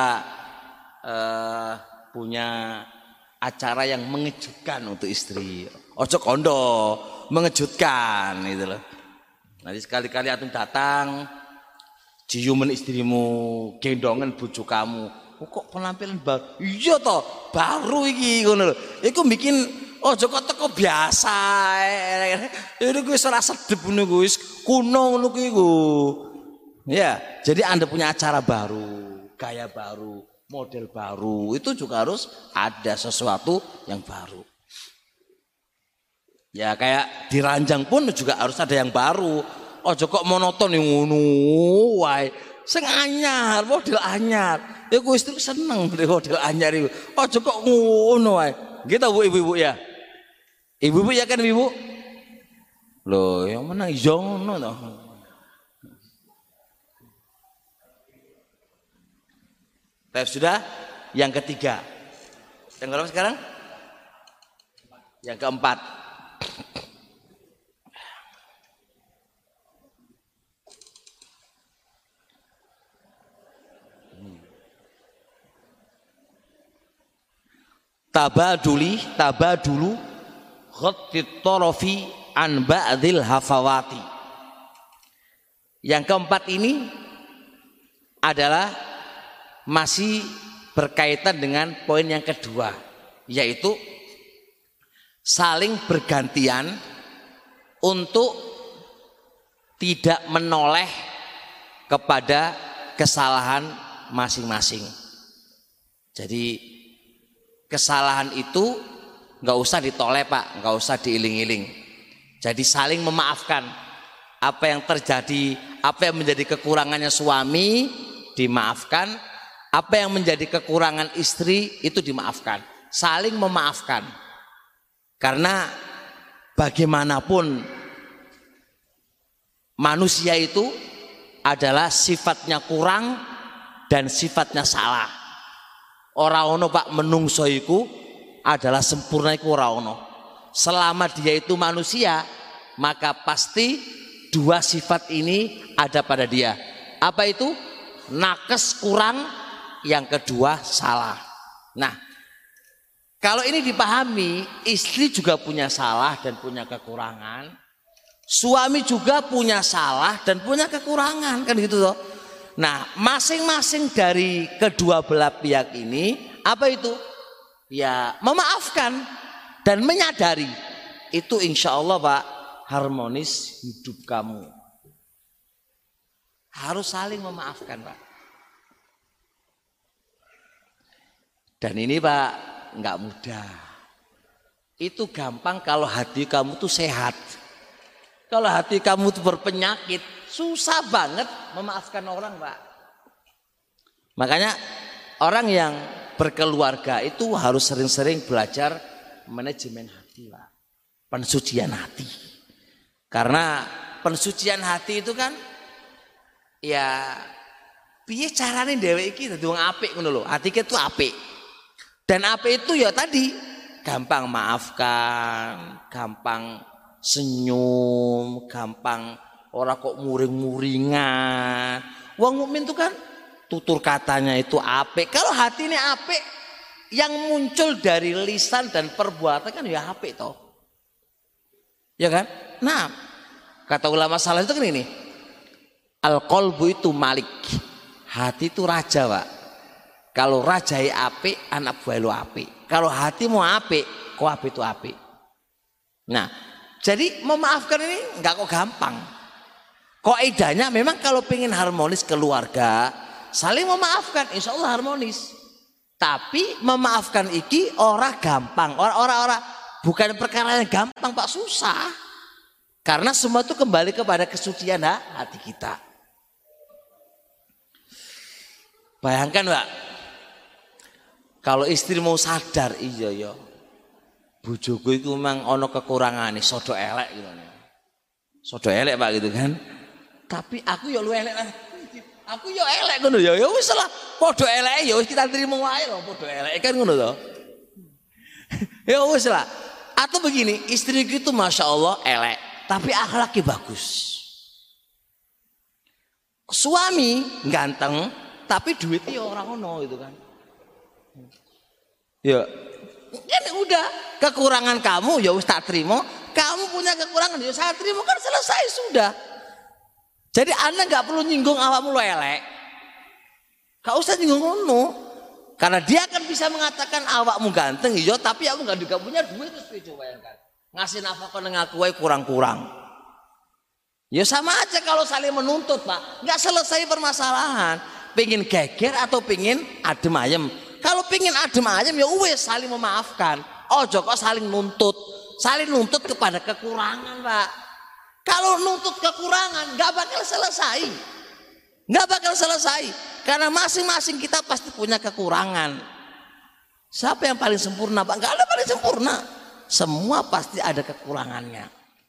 punya acara yang mengejutkan untuk istri. Ojo kondo, mengejutkan gitu loh. Nanti sekali-kali antum datang, ciuman istrimu, gendongan bojo kamu. Oh, kok penampilan baru? Iya toh, baru iki ngono lho. Iku bikin ojo kok teko biasa. Ini gue ora sedep niku wis kuno ngono kuwi iku. Ya, jadi Anda punya acara baru, gaya baru, model baru, itu juga harus ada sesuatu yang baru. Ya kayak diranjang pun juga harus ada yang baru. Ojo kok monoton yang ngono wae. Sing anyar, model anyar. Ya gue istri seneng model anyar itu. Ojo kok ngono wae. Gitu Bu ibu-ibu ya. Ibu-ibu ya kan ibu? Loh, yang mana ijo ngono toh. Tes sudah, yang ketiga. Yang berapa sekarang? Yang keempat. Tabadulu ghatit tarafi an ba'dil hafawati. Yang keempat ini adalah masih berkaitan dengan poin yang kedua, yaitu saling bergantian untuk tidak menoleh kepada kesalahan masing-masing. Jadi kesalahan itu nggak usah ditoleh Pak, nggak usah diiling-iling. Jadi saling memaafkan. Apa yang terjadi, apa yang menjadi kekurangannya suami dimaafkan. Apa yang menjadi kekurangan istri itu dimaafkan. Saling memaafkan. Karena bagaimanapun manusia itu adalah sifatnya kurang dan sifatnya salah. Ora ono Pak menungso iku adalah sempurna iku ora ono. Selama dia itu manusia, maka pasti dua sifat ini ada pada dia. Apa itu? Nakes, kurang, yang kedua salah. Nah, kalau ini dipahami, istri juga punya salah dan punya kekurangan. Suami juga punya salah dan punya kekurangan, kan gitu toh. Nah, masing-masing dari kedua belah pihak ini apa itu? Ya, memaafkan dan menyadari. Itu insya Allah Pak, harmonis hidup kamu. Harus saling memaafkan Pak. Dan ini Pak, nggak mudah. Itu gampang kalau hati kamu tuh sehat. Kalau hati kamu tuh berpenyakit, susah banget memaafkan orang Pak. Makanya orang yang berkeluarga itu harus sering-sering belajar manajemen hati Pak. Pensucian hati. Karena pensucian hati itu kan ya piye carane dheweke iki dadi wong apik ngono lho. Hati kita tuh apik. Dan apik itu ya tadi gampang maafkan, gampang senyum, gampang ora kok muring-muringan. Wong mukmin tuh kan tutur katanya itu apik. Kalau hati ini apik, yang muncul dari lisan dan perbuatan kan ya apik toh. Ya kan? Nah, kata ulama salaf itu kan ini. Al-qalbu itu malik. Hati itu raja, Pak. Kalau rajai apik, anak buah lu apik. Kalau hati mau apik, kok apik itu apik. Nah, jadi memaafkan ini enggak kok gampang. Kaidahnya memang kalau pengen harmonis keluarga, saling memaafkan, insya Allah harmonis. Tapi memaafkan iki ora gampang, ora bukan perkara yang gampang Pak, susah. Karena semua itu kembali kepada kesucian hati kita. Bayangkan Pak, kalau istri mau sadar, iya ya, bojoku itu memang ono kekurangan nih, sodo elek gitu nih. Sodo elek Pak gitu kan. Tapi aku ya lu elek lah. Aku ya elek ngono ya. Ya wis lah, padha eleke ya wis kita trimo wae lho, padha elek kan ngono to. Ya wis lah. Atau begini, istriku itu Masya Allah elek, tapi akhlaknya bagus. Suami ganteng, tapi duitnya orang ono gitu kan. Ya, kan udah kekurangan kamu ya wis tak terima. Kamu punya kekurangan ya saya terima, kan selesai sudah. Jadi Anda nggak perlu nyinggung awakmu lo elek. Gak usah nyinggung ngono. Karena dia akan bisa mengatakan awakmu ganteng iya, tapi aku nggak juga punya duit terus coba bayangkan. Ngasih nafkah nang aku kurang-kurang. Ya sama aja kalau saling menuntut Pak, nggak selesai permasalahan. Pengen geger atau pengen adem ayem. Kalau pengen adem ayem ya wes saling memaafkan. Ojo kok saling nuntut. Saling nuntut kepada kekurangan Pak. Kalau nuntut kekurangan nggak bakal selesai. Nggak bakal selesai. Karena masing-masing kita pasti punya kekurangan. Siapa yang paling sempurna Pak? Nggak ada paling sempurna. Semua pasti ada kekurangannya.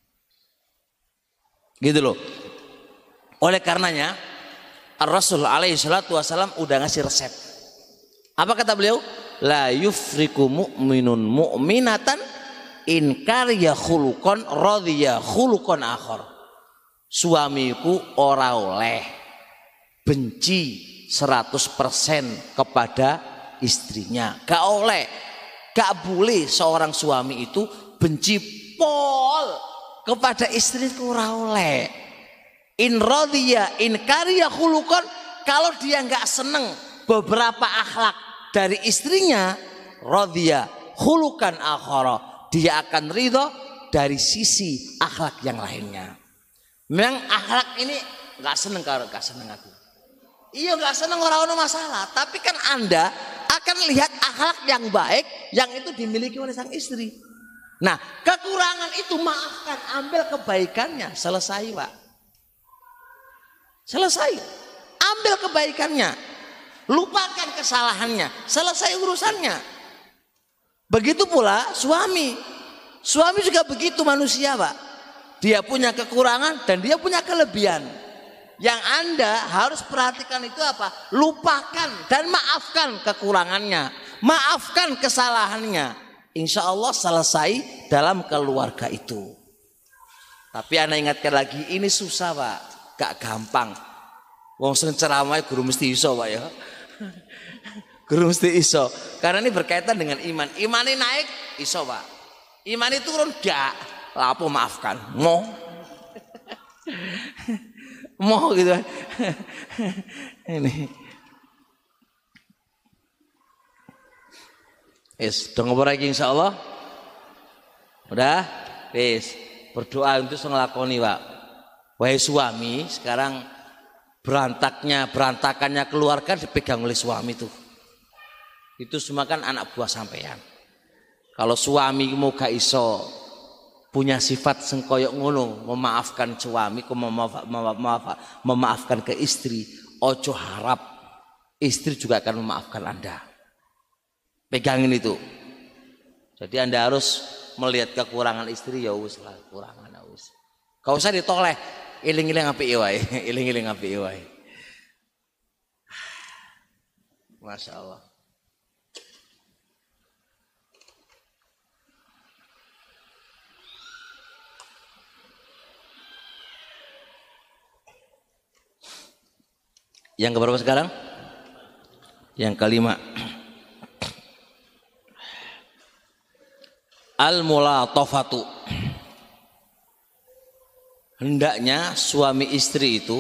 Gitu loh. Oleh karenanya Rasul alaihi salatu wasallam udah ngasih resep. Apa kata beliau? La yufriku mu'minun mu'minatan in karya khulukon radhiya khulukon akhar. Suamiku ora oleh benci 100% kepada istrinya. Gak oleh, gak boleh seorang suami itu benci pol kepada istriku, ora oleh. In radhiya in karya khulukon, kalau dia nggak seneng beberapa akhlak dari istrinya, radhiya khulukan akhara, dia akan ridho dari sisi akhlak yang lainnya. Memang akhlak ini nggak seneng kalau nggak seneng aku. Iya nggak seneng orang-orang masalah, tapi kan Anda akan lihat akhlak yang baik yang itu dimiliki oleh sang istri. Nah kekurangan itu maafkan, ambil kebaikannya, selesai Pak. Selesai, ambil kebaikannya, lupakan kesalahannya, selesai urusannya. Begitu pula suami. Suami juga begitu manusia, Pak. Dia punya kekurangan dan dia punya kelebihan. Yang Anda harus perhatikan itu apa? Lupakan dan maafkan kekurangannya, maafkan kesalahannya. Insya Allah selesai dalam keluarga itu. Tapi Anda ingatkan lagi, ini susah, Pak, gak gampang. Wong sing ceramah guru mesti iso, Pak ya. Guru mesti iso. Karena ini berkaitan dengan iman. Iman ini naik, iso, Pak. Iman itu turun, gak. Lapo maafkan, mau gitu kan. Ini udah ngobrol lagi insya Allah. Udah berdoa untuk ngelakoni, Pak. Wahai suami, sekarang berantakannya keluarga dipegang oleh suami tuh. Itu semua kan anak buah sampean. Kalau suami mau gak iso punya sifat sengkoyok ngono, memaafkan suami, memaafkan ke istri, ojo harap istri juga akan memaafkan Anda. Pegangin itu. Jadi Anda harus melihat kekurangan istri, ya wis lah, kekurangan wis. Kau usah ditoleh, iling-iling apik wae, iling-iling apik wae. Masya Allah. Yang keberapa sekarang? Yang kelima. Al-mulatofatu. Hendaknya suami istri itu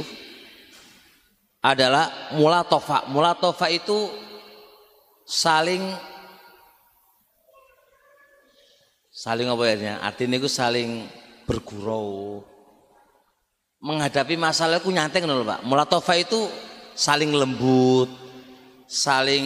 adalah mulatofa. Mulatofa itu saling apa ya? Artinya itu saling bergurau. Menghadapi masalah itu nyanteng loh, Pak. Mulatofa itu saling lembut, saling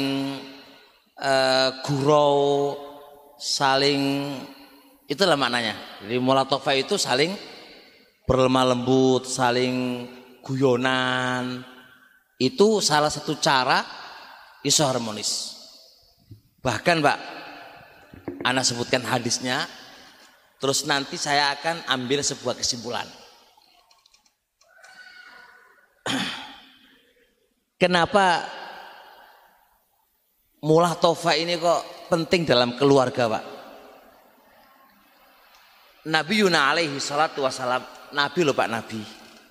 gurau, saling, itulah maknanya. Jadi mulatofa itu saling berlemah lembut, saling guyonan. Itu salah satu cara iso harmonis. Bahkan, Pak, Ana sebutkan hadisnya, terus nanti saya akan ambil sebuah kesimpulan. Kenapa mulatofa ini kok penting dalam keluarga, Pak? Nabi Yuna alaihi salatu wassalam, Nabi loh, Pak, Nabi.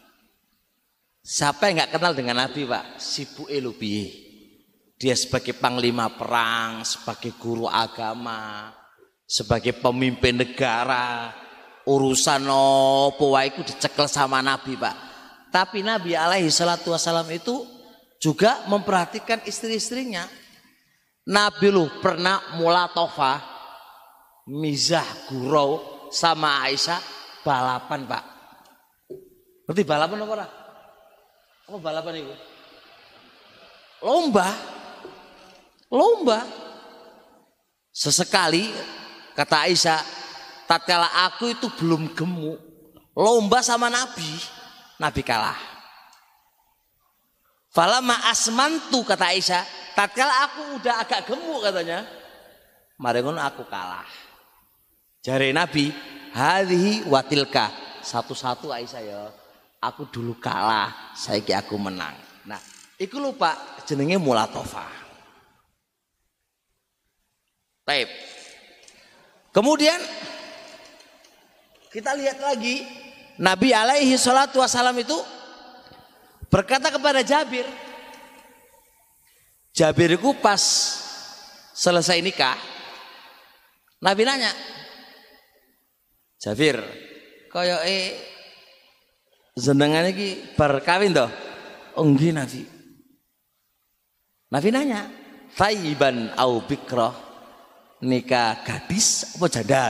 Siapa yang nggak kenal dengan Nabi, Pak? Sibuk elubi. Dia sebagai panglima perang, sebagai guru agama, sebagai pemimpin negara, urusan opo wae iku dicekel sama Nabi, Pak. Tapi Nabi alaihi salatu wassalam itu juga memperhatikan istri-istrinya. Nabi lu pernah mulatofa, mizah, gurau sama Aisyah balapan, Pak. Berarti balapan apa ora? Apa balapan itu? Lomba. Sesekali kata Aisyah, tatkala aku itu belum gemuk, lomba sama Nabi kalah. Falamma asmantu, kata Aisyah, tatkala aku udah agak gemuk katanya, mari ngono aku kalah. Jare Nabi, hadhihi watilka, satu-satu Aisyah ya. Aku dulu kalah, saiki aku menang. Nah, iku lho, Pak, jenenge mulatofa. Baik. Kemudian kita lihat lagi, Nabi alaihi salatu wassalam itu berkata kepada Jabir. Jabir itu pas selesai nikah, Nabi nanya, Jabir, koyoke jenengan iki bar kawin toh? Oh nggih, Nabi. Nabi nanya, thayyiban au bikra, nikah gadis apa janda?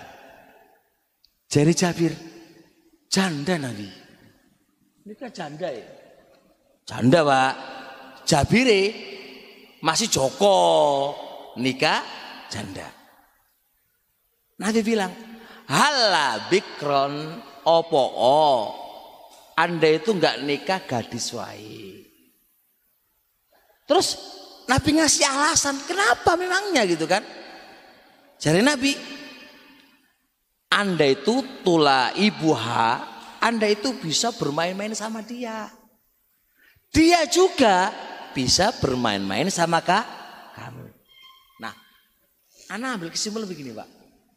Jadi Jabir, janda Nabi. Nikah janda ya? Janda, Pak. Jabire masih Joko, nikah janda. Nabi bilang, hala bikron opo Anda itu enggak nikah gadis wae. Terus Nabi ngasih alasan, kenapa memangnya gitu kan? Jadi Nabi, Anda itu tulaibuha, Anda itu bisa bermain-main sama dia. Dia juga bisa bermain-main sama kamu. Nah, ana ambil kesimpulan begini, Pak.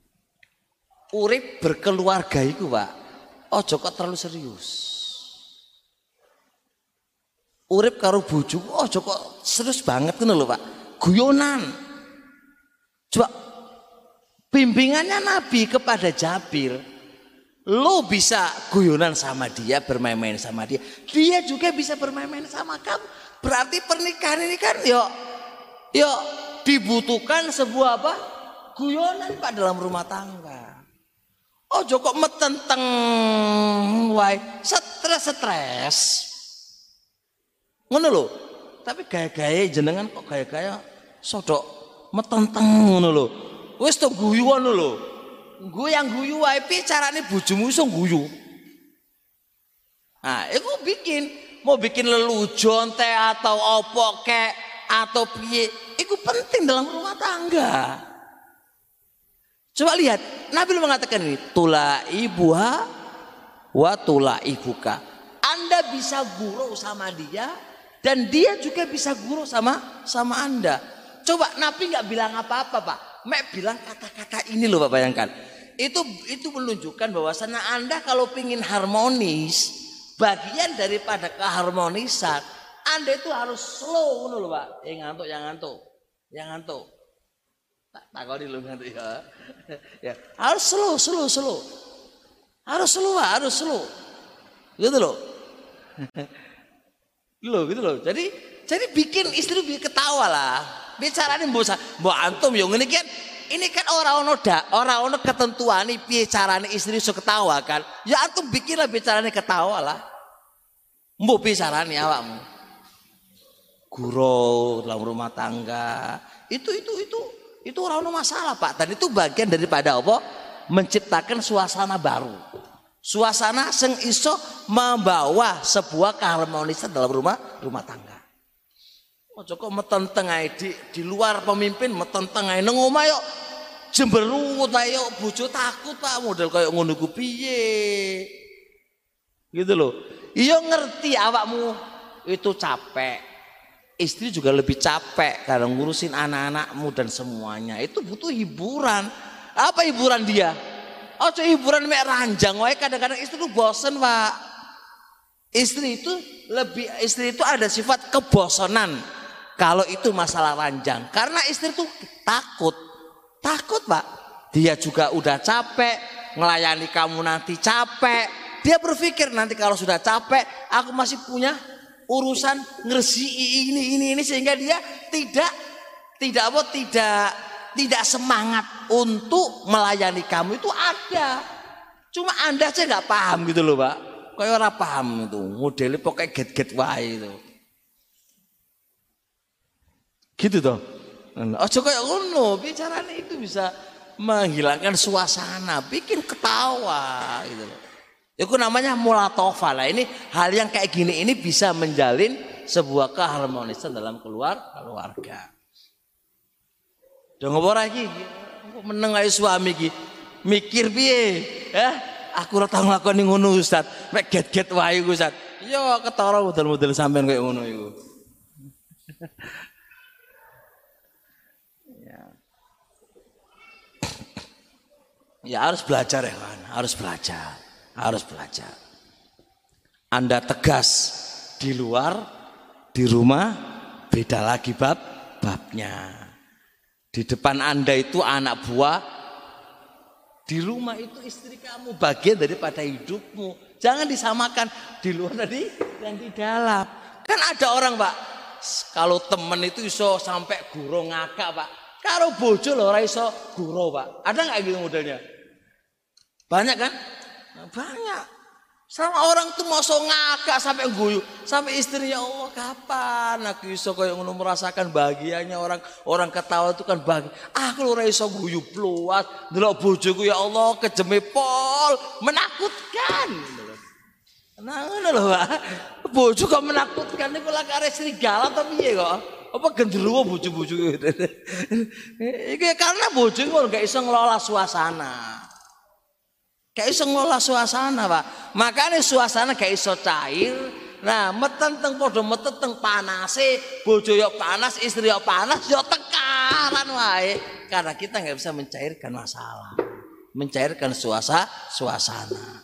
Urip berkeluarga itu, Pak, ojo kok terlalu serius. Urip karo bojo ojo kok serius banget ngono lho, Pak. Guyonan. Coba bimbingannya Nabi kepada Jabir, lo bisa guyonan sama dia, bermain-main sama dia, dia juga bisa bermain-main sama kamu. Berarti pernikahan ini kan yo dibutuhkan sebuah apa? Guyonan, Pak, dalam rumah tangga. Ojo kok metenteng wae, stres. Ngono lho. Tapi gaya-gaya jenengan kok gaya-gaya sodok metenteng ngono lho. Wis to guyu ngono lho. Yang guyu wae piye carane bojomu iso guyu. Nah, iku mau bikin lelujon teh atau opo kek atau piye, iku penting dalam rumah tangga. Coba lihat, Nabi mengatakan ini, tulaibuha wa tulaibuka. Anda bisa gurau sama dia dan dia juga bisa gurau sama Anda. Coba Nabi nggak bilang apa-apa, Pak. Mek bilang kata-kata ini loh, Pak, bayangkan. Itu menunjukkan bahwasannya Anda kalau pingin harmonis, bagian daripada keharmonisan, Anda itu harus slow loh, Pak. Yang ngantuk. Takoni lu ngantuk ya. Ya, harus slow. Harus slow. Gitu loh. Gitu loh. Jadi bikin istri bikin ketawa lah. Bicarane mbok antum yo ngene kan. Ini kan ora ono ketentuan piye carane istri iso ketawa kan. Ya antum bikinlah bicarane ketawa lah. Mbok bicarane awakmu. Gurau dalam rumah tangga. Itu ora ono masalah, Pak. Dan itu bagian daripada apa? Menciptakan suasana baru. Suasana sing iso membawa sebuah keharmonisan dalam rumah tangga. Ojo kok metenteng ae di luar pemimpin metenteng ae nang omah yo jemberut ae yo bojo takut, Pak, model kayak ngono ku piye. Gitu loh. Iya ngerti awakmu itu capek. Istri juga lebih capek karena ngurusin anak-anakmu dan semuanya. Itu butuh hiburan. Apa hiburan dia? Ojo hiburan mek ranjang wae, kadang-kadang istri itu bosen, Pak. Istri itu ada sifat kebosanan kalau itu masalah ranjang. Karena istri itu takut, Pak. Dia juga udah capek, ngelayani kamu nanti capek. Dia berpikir nanti kalau sudah capek, aku masih punya urusan ngersi ini sehingga dia tidak semangat untuk melayani kamu. Itu ada, cuma Anda aja nggak paham gitu loh, Pak. Kayak orang paham itu modelnya pokoknya get wae itu gitu toh. Ojo kayak ngono, bicaranya itu bisa menghilangkan suasana, bikin ketawa gitu loh. Itu namanya mulatofah lah. Ini hal yang kayak gini ini bisa menjalin sebuah keharmonisan dalam keluarga. Udah ngobrol lagi, meneng ae suami iki. Mikir piye? Aku ora tau nglakoni ngono, Ustaz. Mek get wae Ustaz. Yo ketara model-model sampean kayak ngono iku. Ya harus belajar ya kan, harus belajar. Anda tegas di luar, di rumah beda lagi babnya. Di depan Anda itu anak buah, di rumah itu istri kamu, bagian daripada hidupmu. Jangan disamakan di luar tadi dan di dalam. Kan ada orang, Pak, kalau temen itu iso sampai guro ngakak, Pak. Karo bojo lho ora iso guro, Pak. Ada nggak gitu modelnya? Banyak kan? Banyak. Sama orang tuh mau ngakak sampai guyu, sampai istri, ya Allah kapan aku iso kayak ngono merasakan bahagianya orang ketawa itu kan bahagia. Aku ora iso guyu pluas, ndelok bojoku ya Allah kejeme pol, menakutkan. Nah ngono lho, Pak. Bojo kok menakutkan niku lak arek serigala to piye kok? Apa genderuwo bojo-bojo gitu. Iki karena bojo kok gak iso ngelola suasana. Gak iso ngolah suasana, Pak. Makanya suasana gak iso cair. Nah, meten teng padha meten teng panase, bojo yo panas, istri yo panas, yo tekaran wae. Karena kita nggak bisa mencairkan masalah, mencairkan suasana.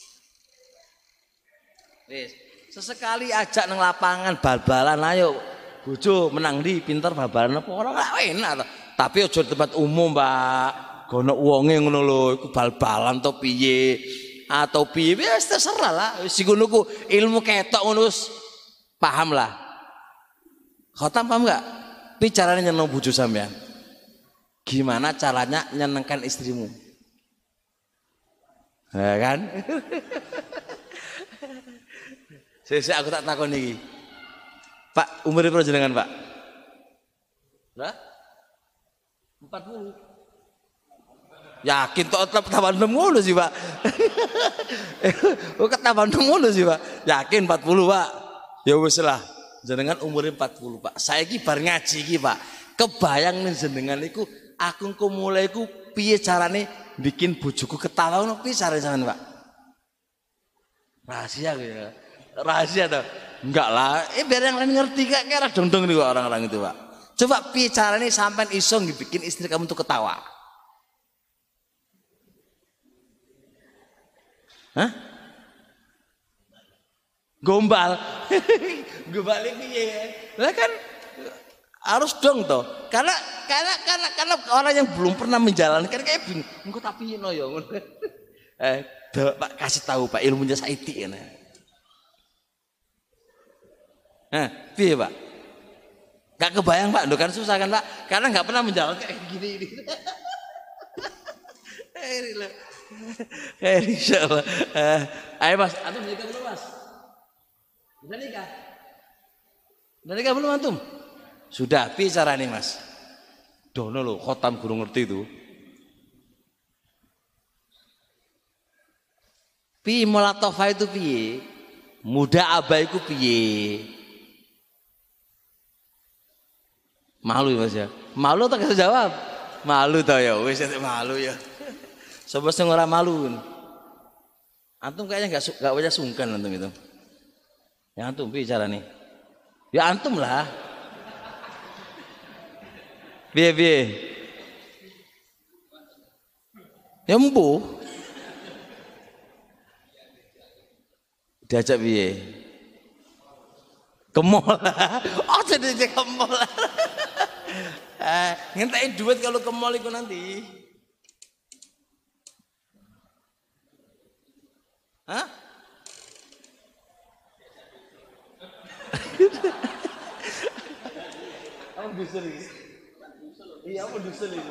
Wis, sesekali ajak nang lapangan bal-balan ayo. Bojo menang di pinter bal-balan apa ora enak to. Tapi aja di tempat umum, Pak. Gono wonge ngono lho, iku bal-balan to piye? Atau piye wis terserah lah. Wis ngono ku ilmu ketok ngono wis paham lah. Khotam paham enggak? Bicaranya nyeneng bojo sampean. Gimana caranya nyenengkan istrimu? Ya kan? Saya aku tak takon iki. Pak, umure piro jenengan, Pak? Berapa? 40. Yakin tok tambah 6 ngono sih, Pak. Kok tambah 6 ngono sih, Pak? Yakin 40, Pak. Ya wis lah. Jenengan umure 40, Pak. Saiki bar ngaji iki, Pak. Kebayang ning jenengan iku aku engko mulai iku piye carane bikin bojoku ketawa ngono piye carane sampean, Pak? Rahasia ya. Rahasia toh. Enggak lah, biar yang lain ngerti kira dong-dong nih orang-orang itu, Pak. Coba piye carane sampean iso bikin istri kamu tuh ketawa? Hah? Gombal. Gombal piye? Lah kan harus dong toh. Karena orang yang belum pernah menjalankan kayak bingung. Engko tapi no ya ngono. Pak kasih tahu Pak ilmunya saiti ya. Piye Pak? Gak kebayang Pak, kan susah kan Pak? Karena gak pernah menjalankan kayak gini. Insyaallah. Ayo Mas, antum nikah belum Mas? Udah nikah? Udah nikah belum antum? Sudah, piye carane Mas? Dono lho, khotam guru ngerti itu. Piye mulatofa itu piye? Muda abah itu piye? Malu ya Mas ya? Malu tak bisa jawab? Malu tau ya, wis malu ya. Sobat sing ora malu. Antum kayaknya enggak wajah sungkan antum itu. Ya antum bicara nih. Ya antum lah. Piye. Ya mbu. Diajak piye? Ke mall. Oh jadi ke mall. Ngentain duit kalau ke mall itu nanti. Hah? Apa dusel ini? Iya apa dusel ini?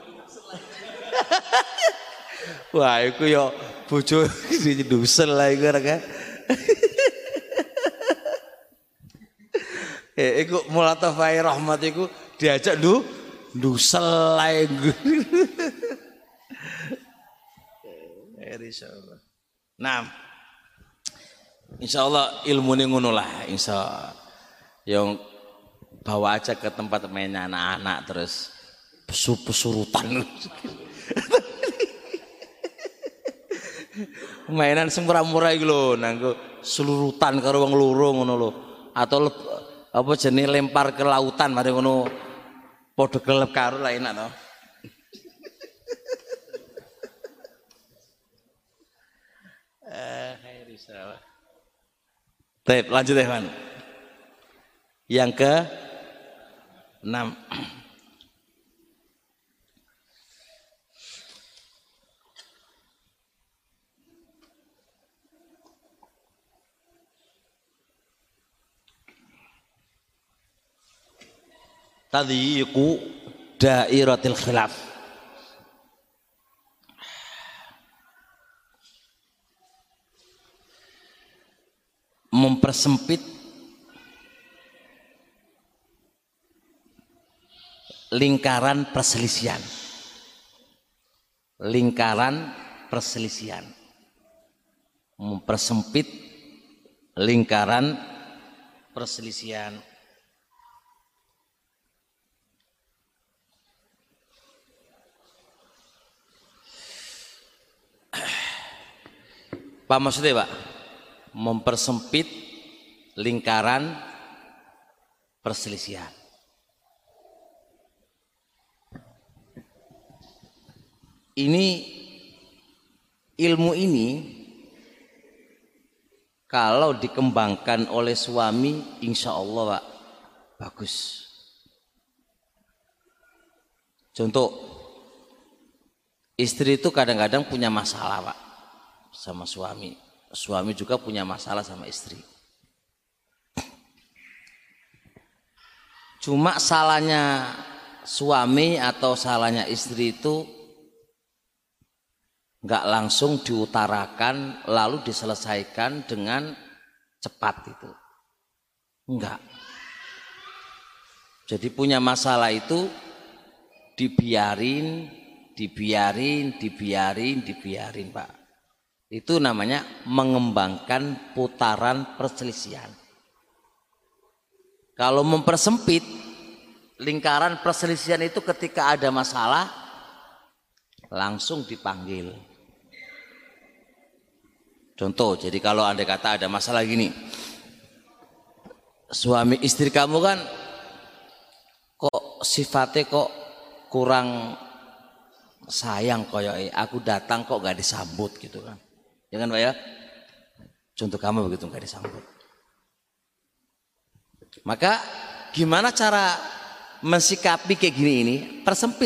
Wah, itu ya bojo dusel lah itu kan. Iku mulatafai rahmat iku diajak dusel lah iku. Insyaallah. Nah, insyaallah ilmu ini ngono lah, insyaallah. Yang bawa aja ke tempat mainnya anak-anak terus pesurutan. Mainan sing murah-murah iki lho, nanggo selurutan karo wong loro ngono lho. Atau apa jenis lempar ke lautan mari ngono padha kelep karo lah enak to. Baik, lanjut Evan. Yang ke 6. Tadyiqu dairatil khilaf. Mempersempit lingkaran perselisihan. Lingkaran perselisihan. Mempersempit lingkaran perselisihan. Apa maksudnya Pak? Mempersempit lingkaran perselisihan. Ini ilmu ini kalau dikembangkan oleh suami, insya Allah Pak, bagus. Contoh, istri itu kadang-kadang punya masalah Pak sama suami. Suami juga punya masalah sama istri. Cuma salahnya suami atau salahnya istri itu nggak langsung diutarakan lalu diselesaikan dengan cepat itu. Enggak. Jadi punya masalah itu dibiarin Pak. Itu namanya mengembangkan putaran perselisihan. Kalau mempersempit lingkaran perselisihan itu ketika ada masalah langsung dipanggil. Contoh, jadi kalau andai kata ada masalah gini, suami istri kamu kan kok sifatnya kok kurang sayang koyoi, aku datang kok gak disambut gitu kan. Ya kan Pak ya? Contoh kamu begitu gak disambut. Maka gimana cara mensikapi kayak gini ini? Persempit.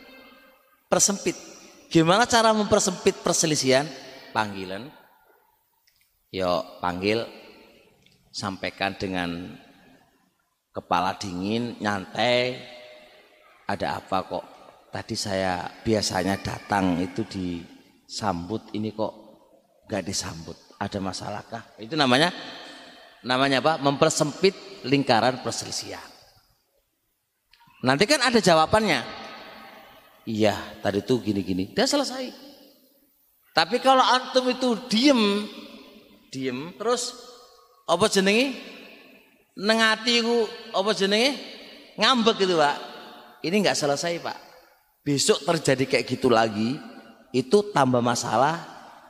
Gimana cara mempersempit perselisihan? Panggilan. Yo panggil, sampaikan dengan kepala dingin, nyantai. Ada apa kok? Tadi saya biasanya datang itu disambut, ini kok gak disambut? Ada masalahkah? Itu namanya apa? Mempersempit lingkaran perselisihan. Nanti kan ada jawabannya. Iya, tadi tuh gini-gini. Dia selesai. Tapi kalau antum itu diem terus apa jenenge? Neng ati ku apa jenenge? Ngambek gitu, Pak. Ini enggak selesai, Pak. Besok terjadi kayak gitu lagi, itu tambah masalah.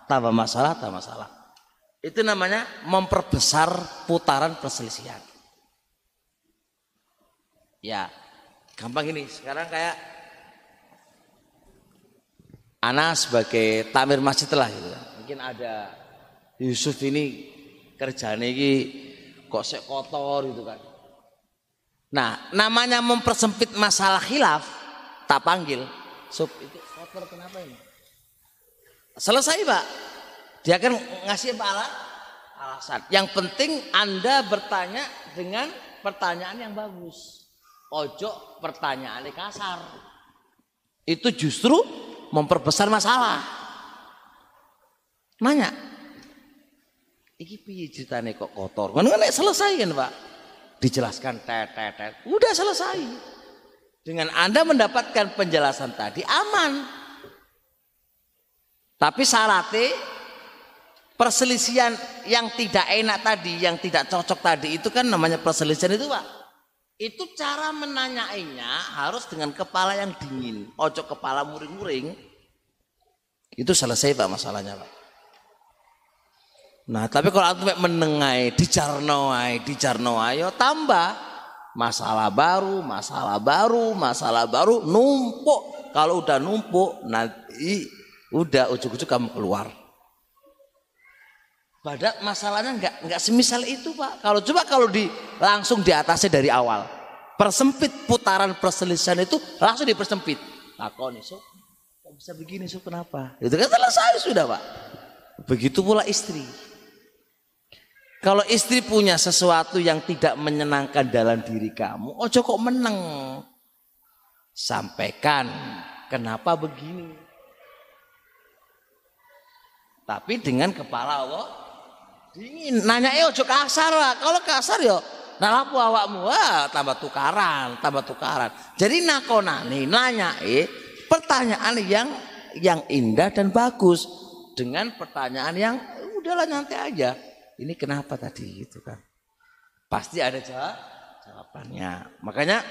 Itu namanya memperbesar putaran perselisihan. Ya, gampang ini. Sekarang kayak ana sebagai tamir masjid lah gitu. Mungkin ada Yusuf ini kerjanya ini kok sek kotor gitu kan. Nah, namanya mempersempit masalah khilaf, tak panggil. Sub, itu kotor kenapa ini? Selesai, Pak. Dia akan ngasih alasan. Yang penting Anda bertanya dengan pertanyaan yang bagus. Ojo pertanyaannya kasar. Itu justru memperbesar masalah. Nanya, iki piye ceritane kok kotor? Kan selesai kan, Pak? Dijelaskan tet. Udah selesai. Dengan Anda mendapatkan penjelasan tadi aman. Tapi syaratnya perselisihan yang tidak enak tadi, yang tidak cocok tadi itu kan namanya perselisihan itu, Pak. Itu cara menanyainya harus dengan kepala yang dingin. Ojo kepala muring-muring. Itu selesai, Pak, masalahnya, Pak. Nah, tapi kalau antum menengai, dijarno ayo tambah masalah baru, numpuk. Kalau udah numpuk, nanti udah ujug-ujug kamu keluar. Padahal masalahnya enggak semisal itu, Pak. Kalau langsung diatasi dari awal. Persempit putaran perselisihan itu langsung dipersempit. Takoni, Sob, kok bisa begini, Sob, kenapa? Itu kan selesai sudah, Pak. Begitu pula istri. Kalau istri punya sesuatu yang tidak menyenangkan dalam diri kamu, ojo kok meneng. Sampaikan, kenapa begini? Tapi dengan kepala Allah dingin. Nanya ojo kasar, Pak. Kalau kasar yo, nah lapu awakmu, wah tambah tukaran. Jadi nakonani, nanya pertanyaan yang indah dan bagus dengan pertanyaan yang udahlah nyantai aja. Ini kenapa tadi gitu kan? Pasti ada jawabannya. Makanya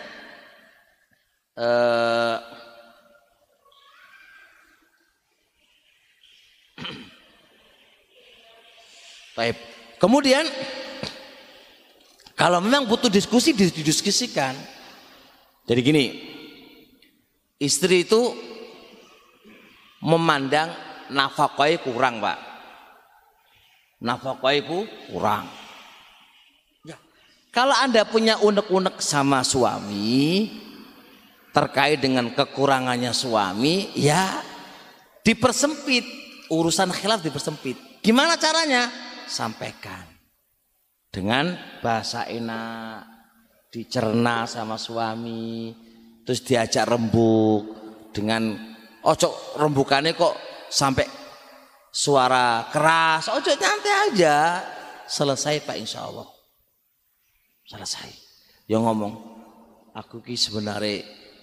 Baik. Kemudian kalau memang butuh diskusi, didiskusikan. Jadi gini, istri itu memandang nafkahnya kurang, Pak. Nafkahnya kurang. Ya. Kalau Anda punya unek-unek sama suami terkait dengan kekurangannya suami, ya dipersempit, urusan khilaf dipersempit. Gimana caranya? Sampaikan dengan bahasa enak, dicerna sama suami, terus diajak rembuk dengan ojo rembukannya kok sampai suara keras, ojo nyantai aja, selesai Pak, insya Allah selesai. Yang ngomong, aku ki sebenarnya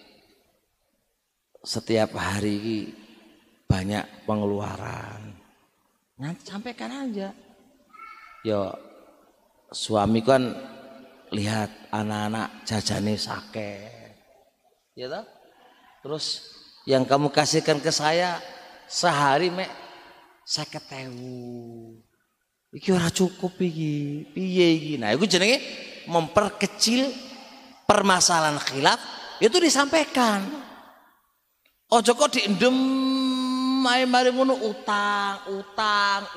setiap hari ki banyak pengeluaran, nanti sampaikan aja. Yo suami kan lihat anak-anak jajane sakit, ya toh? Terus yang kamu kasihkan ke saya sehari mek 50.000. Iki ora cukup iki. Piye iki? Nah, iku jenenge memperkecil permasalahan khilaf, itu disampaikan. Ojo kok diendem ae mari ngono utang.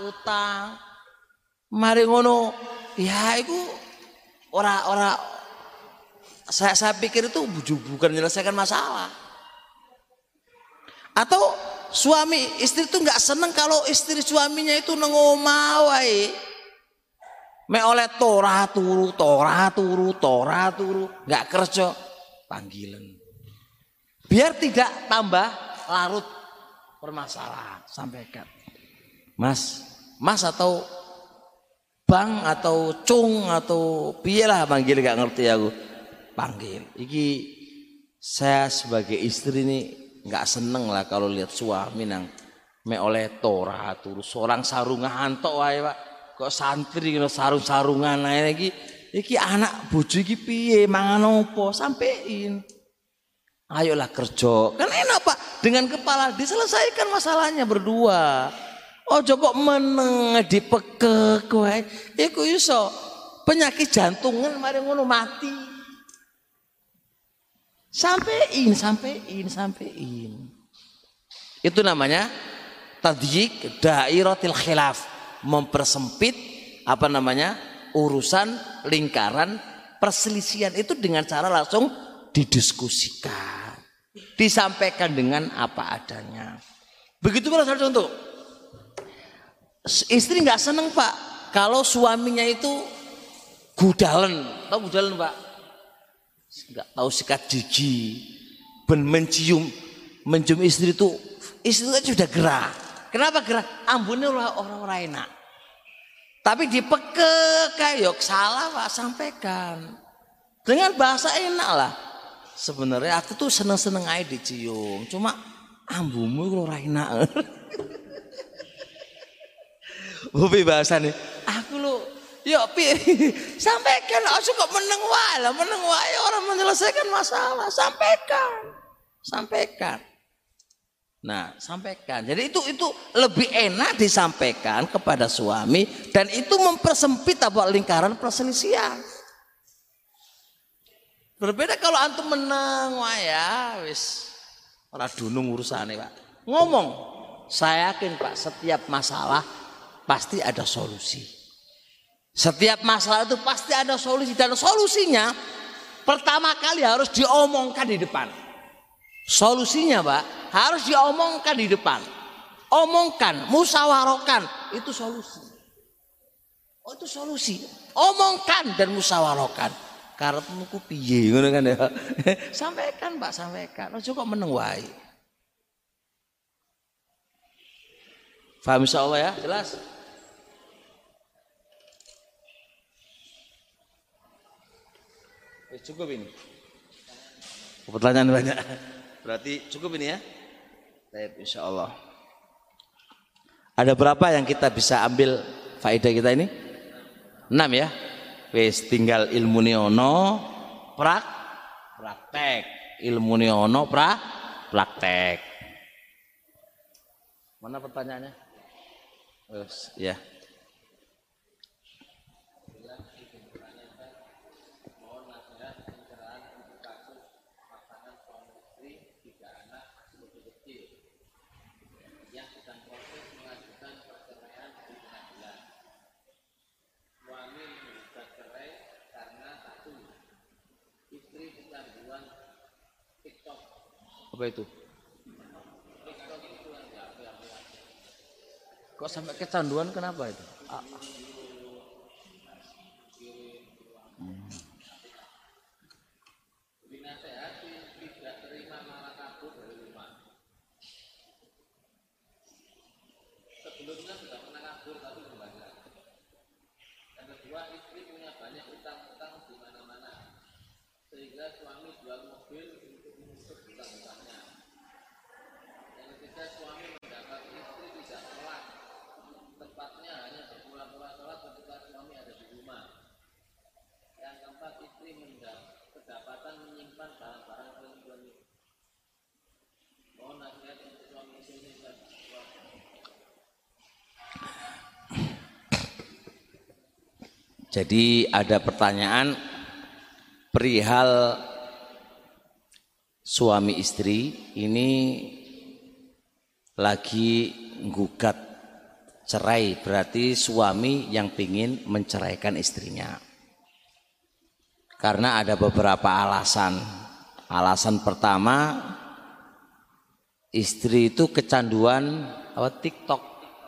Mari ngono, ya itu ora saya pikir itu bukan menyelesaikan masalah. Atau suami istri itu nggak seneng kalau istri suaminya itu nang omah wae. Mek oleh tora turu, nggak kerja, panggilan. Biar tidak tambah larut permasalahan, sampaikan. Mas atau Bang atau Cung atau piyelah panggil, gak ngerti aku. Panggil. Iki saya sebagai istri ini nggak seneng lah kalau lihat suami nang me oleh tora turu seorang sarungan tok wae Pak. Kok santri ngono sarung-sarungan ae iki anak bojo iki piye mangan opo sampein. Ayolah kerja. Kan enak Pak, dengan kepala diselesaikan masalahnya berdua. Ojo kok meneng dipekek wae. Iku iso penyakit jantungan mari ngono mati. Sampein. Itu namanya tadyiq dairatil khilaf, mempersempit urusan lingkaran perselisihan itu dengan cara langsung didiskusikan, disampaikan dengan apa adanya. Begitu pula salah contoh. Istri nggak seneng Pak kalau suaminya itu gudalen, tahu gudalen Pak? Nggak tahu sikat gigi, mencium istri itu sudah gerah. Kenapa gerah? Ambunnya orang enak. Tapi dipekek kayak salah Pak, sampaikan dengan bahasa enak lah. Sebenarnya aku tuh seneng aja dicium, cuma ambumu itu orang enak. Bupi bahasane, aku lo, yuk pi, sampaikan, aku kok meneng wae orang menyelesaikan masalah, sampaikan. Nah, sampaikan. Jadi itu lebih enak disampaikan kepada suami dan itu mempersempit lingkaran perselisihan. Berbeda kalau antum meneng wae ya, wis ora dunung urusane Pak. Ngomong, saya yakin Pak setiap masalah pasti ada solusi. Setiap masalah itu pasti ada solusi dan solusinya pertama kali harus diomongkan di depan. Solusinya Pak harus diomongkan di depan. Omongkan, musyawarahkan, itu solusi. Oh itu solusi. Omongkan dan musyawarahkan. Karepmu piye ngono kan ya. Sampaikan Pak, sampaikan. Ojo kok meneng wae. Paham insyaallah ya, jelas? Cukup ini. Pertanyaan banyak. Berarti cukup ini ya. Baik, insyaallah. Ada berapa yang kita bisa ambil faedah kita ini? 6 ya. Wis tinggal ilmu ono praktek. Ilmu ono praktek. Mana pertanyaannya? Wis ya. yang sedang proses mengajukan perceraian di pengadilan. Suami menggugat cerai karena satu, istri kecanduan TikTok. Apa itu? TikTok itu kok sampai kecanduan, kenapa itu? Dinasehati tidak terima malah kabur dari rumah. Sebelumnya sudah pernah kabur tapi kembali lagi. Yang kedua, istri punya banyak utang-utang di mana-mana sehingga suami jual mobil untuk menutup utang-utangnya. Yang ketiga, suami mendapat istri tidak sholat, tempatnya hanya berpura-pura sholat ketika suami ada di rumah. Yang keempat, istri kedapatan menyimpan barang-barang selingkuhan. Mohon nasihat untuk suami istri. Jadi ada pertanyaan perihal suami istri ini lagi gugat cerai, berarti suami yang ingin menceraikan istrinya. Karena ada beberapa alasan. Alasan pertama, istri itu kecanduan TikTok.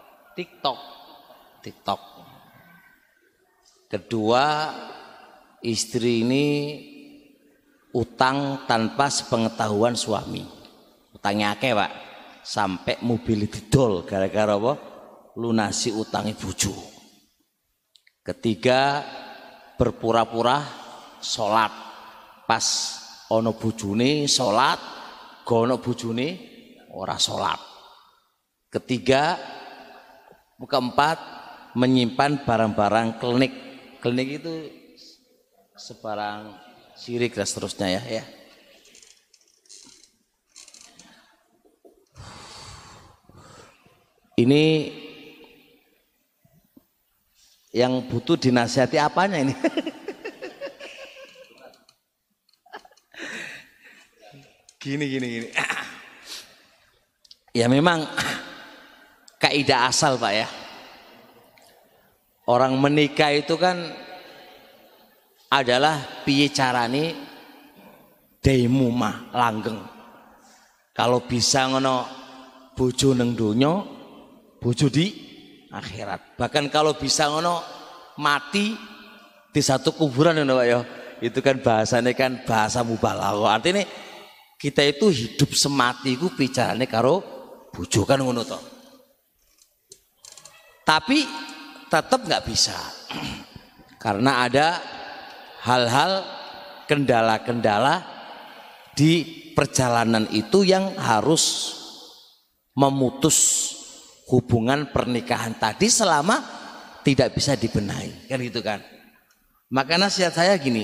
Kedua, istri ini utang tanpa sepengetahuan suami. Utangnya akeh, Pak. Sampai mobil didol gara-gara apa? Lunasi utangi bojo. Ketiga, berpura-pura sholat, pas ono bojone sholat, gono bojone ora sholat. Ketiga, keempat, menyimpan barang-barang klinik. Klinik itu sebarang sirik dan seterusnya ya. Ini yang butuh dinasihati apanya ini? Gini. Ya memang kaidah asal, Pak ya. Orang menikah itu kan adalah piye carane deimumah langgeng. Kalau bisa ngono bojo neng donya, bojo di akhirat. Bahkan kalau bisa ngono mati di satu kuburan ngono Pak ya. Itu kan bahasanya kan bahasa mubalaghah. Artinya kita itu hidup semati ku bicarane karo bojo kan ngono to. Tapi tetap nggak bisa karena ada hal-hal kendala-kendala di perjalanan itu yang harus memutus hubungan pernikahan tadi selama tidak bisa dibenahi kan gitu kan. Maka nasihat saya gini,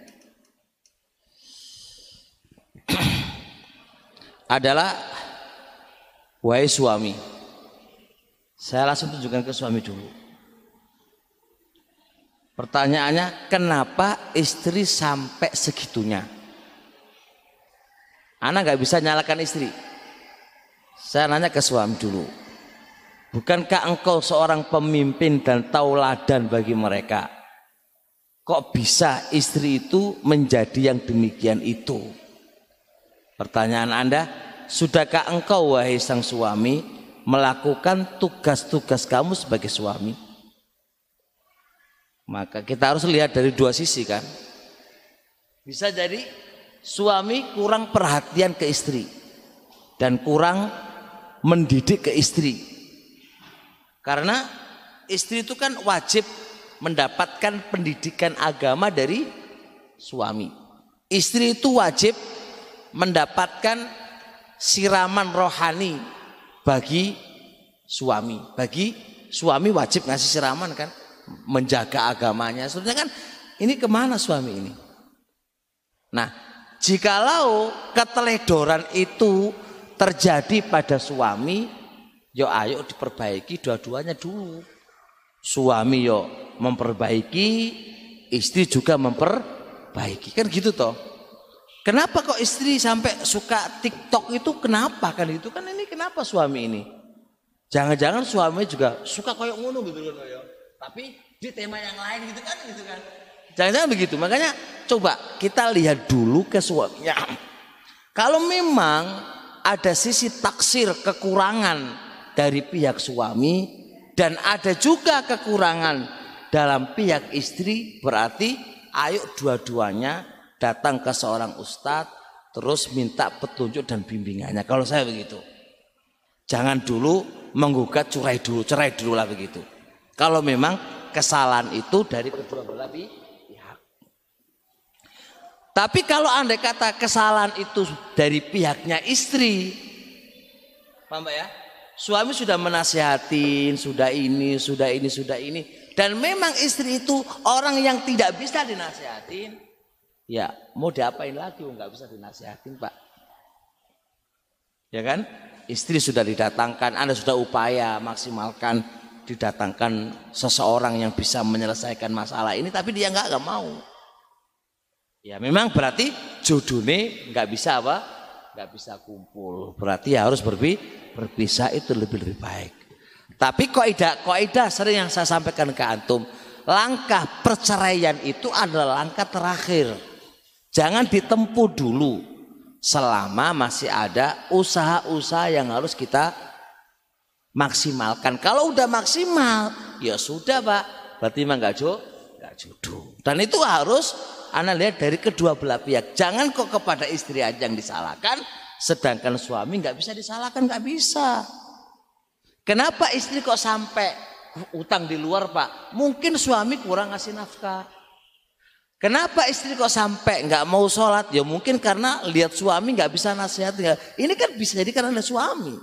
adalah wahai suami, saya langsung tunjukkan ke suami dulu. Pertanyaannya, kenapa istri sampai segitunya? Ana nggak bisa nyalakan istri. Saya nanya ke suami dulu. Bukankah engkau seorang pemimpin dan tauladan bagi mereka? Kok bisa istri itu menjadi yang demikian itu? Pertanyaan Anda, sudahkah engkau wahai sang suami melakukan tugas-tugas kamu sebagai suami? Maka kita harus lihat dari dua sisi kan. Bisa jadi suami kurang perhatian ke istri dan kurang mendidik ke istri. Karena istri itu kan wajib mendapatkan pendidikan agama dari suami. Istri itu wajib mendapatkan siraman rohani bagi suami. Bagi suami wajib ngasih siraman kan, menjaga agamanya. Sebenarnya kan ini kemana suami ini? Nah, jikalau keteledoran itu terjadi pada suami, yo ayo diperbaiki dua-duanya dulu. Suami yo memperbaiki, istri juga memperbaiki, kan gitu toh. Kenapa kok istri sampai suka TikTok itu kenapa kan itu kan ini kenapa suami ini? Jangan-jangan suami juga suka koyok ngono gitu kan ya. Tapi di tema yang lain gitu kan. Jangan-jangan begitu. Makanya coba kita lihat dulu ke suaminya. Kalau memang ada sisi taksir kekurangan dari pihak suami dan ada juga kekurangan dalam pihak istri, berarti ayo dua-duanya datang ke seorang ustadz terus minta petunjuk dan bimbingannya. Kalau saya begitu. Jangan dulu menggugat cerai dulu lah begitu. Kalau memang kesalahan itu dari kedua belah pihak. Tapi kalau andai kata kesalahan itu dari pihaknya istri, paham Mbak ya? Suami sudah menasihatin, sudah ini, dan memang istri itu orang yang tidak bisa dinasihatin, ya mau diapain lagi? Nggak bisa dinasihatin Pak, ya kan? Istri sudah didatangkan, Anda sudah upaya maksimalkan didatangkan seseorang yang bisa menyelesaikan masalah ini, tapi dia nggak mau. Ya memang berarti jodohnya nggak bisa apa? Nggak bisa kumpul. Berarti harus berpisah itu lebih baik. Tapi kaidah sering yang saya sampaikan ke antum, langkah perceraian itu adalah langkah terakhir. Jangan ditempuh dulu selama masih ada usaha-usaha yang harus kita maksimalkan. Kalau udah maksimal, ya sudah Pak. Berarti memang nggak jodoh. Dan itu harus Anda lihat dari kedua belah pihak. Jangan kok kepada istri aja yang disalahkan, sedangkan suami nggak bisa disalahkan, nggak bisa. Kenapa istri kok sampai utang di luar Pak? Mungkin suami kurang ngasih nafkah. Kenapa istri kok sampai nggak mau sholat? Ya mungkin karena lihat suami nggak bisa nasihat. Ini kan bisa jadi karena ada suami.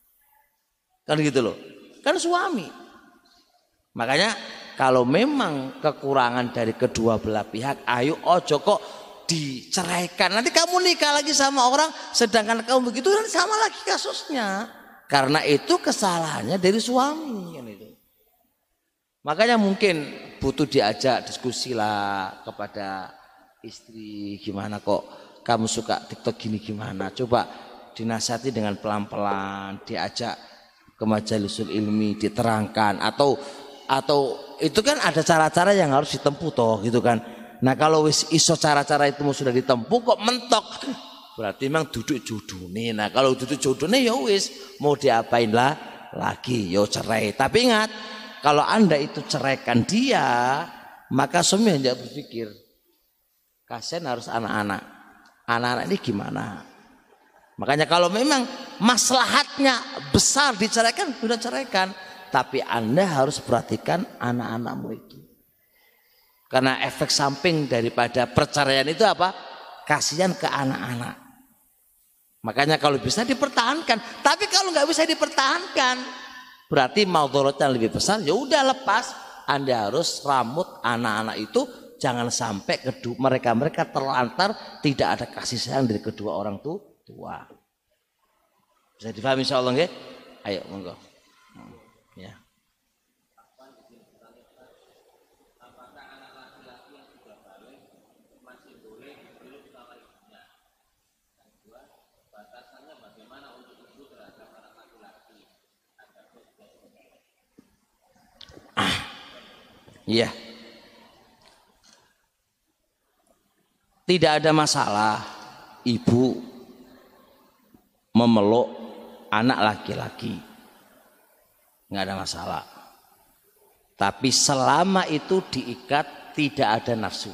Kan gitu loh. Kan suami. Makanya kalau memang kekurangan dari kedua belah pihak, ayo ojo kok diceraikan. Nanti kamu nikah lagi sama orang, sedangkan kamu begitu, nanti sama lagi kasusnya. Karena itu kesalahannya dari suami. Kan itu. Makanya mungkin butuh diajak diskusi lah kepada istri, gimana kok kamu suka TikTok gini gimana. Coba dinasihati dengan pelan-pelan, diajak ke majalisul ilmi, diterangkan atau itu kan ada cara-cara yang harus ditempuh toh gitu kan. Nah kalau wis iso cara-cara itu sudah ditempuh kok mentok, berarti memang duduk judune. Nah kalau duduk judune ya wis mau diapain lah lagi yo cerai. Tapi ingat kalau Anda itu ceraikan dia, maka suami hendak berpikir kasihan harus anak-anak. Anak-anak ini gimana? Makanya kalau memang maslahatnya besar diceraikan, sudah ceraikan. Tapi Anda harus perhatikan anak-anakmu itu. Karena efek samping daripada perceraian itu apa? Kasihan ke anak-anak. Makanya kalau bisa dipertahankan. Tapi kalau nggak bisa dipertahankan, berarti maudharatnya lebih besar. Ya udah lepas. Anda harus rambut anak-anak itu. Jangan sampai mereka terlantar, tidak ada kasih sayang dari kedua orang tua. Bisa difahami insyaallah nggih? Ayo monggo. Ya. Iya. Tidak ada masalah ibu memeluk anak laki-laki. Nggak ada masalah. Tapi selama itu diikat tidak ada nafsu.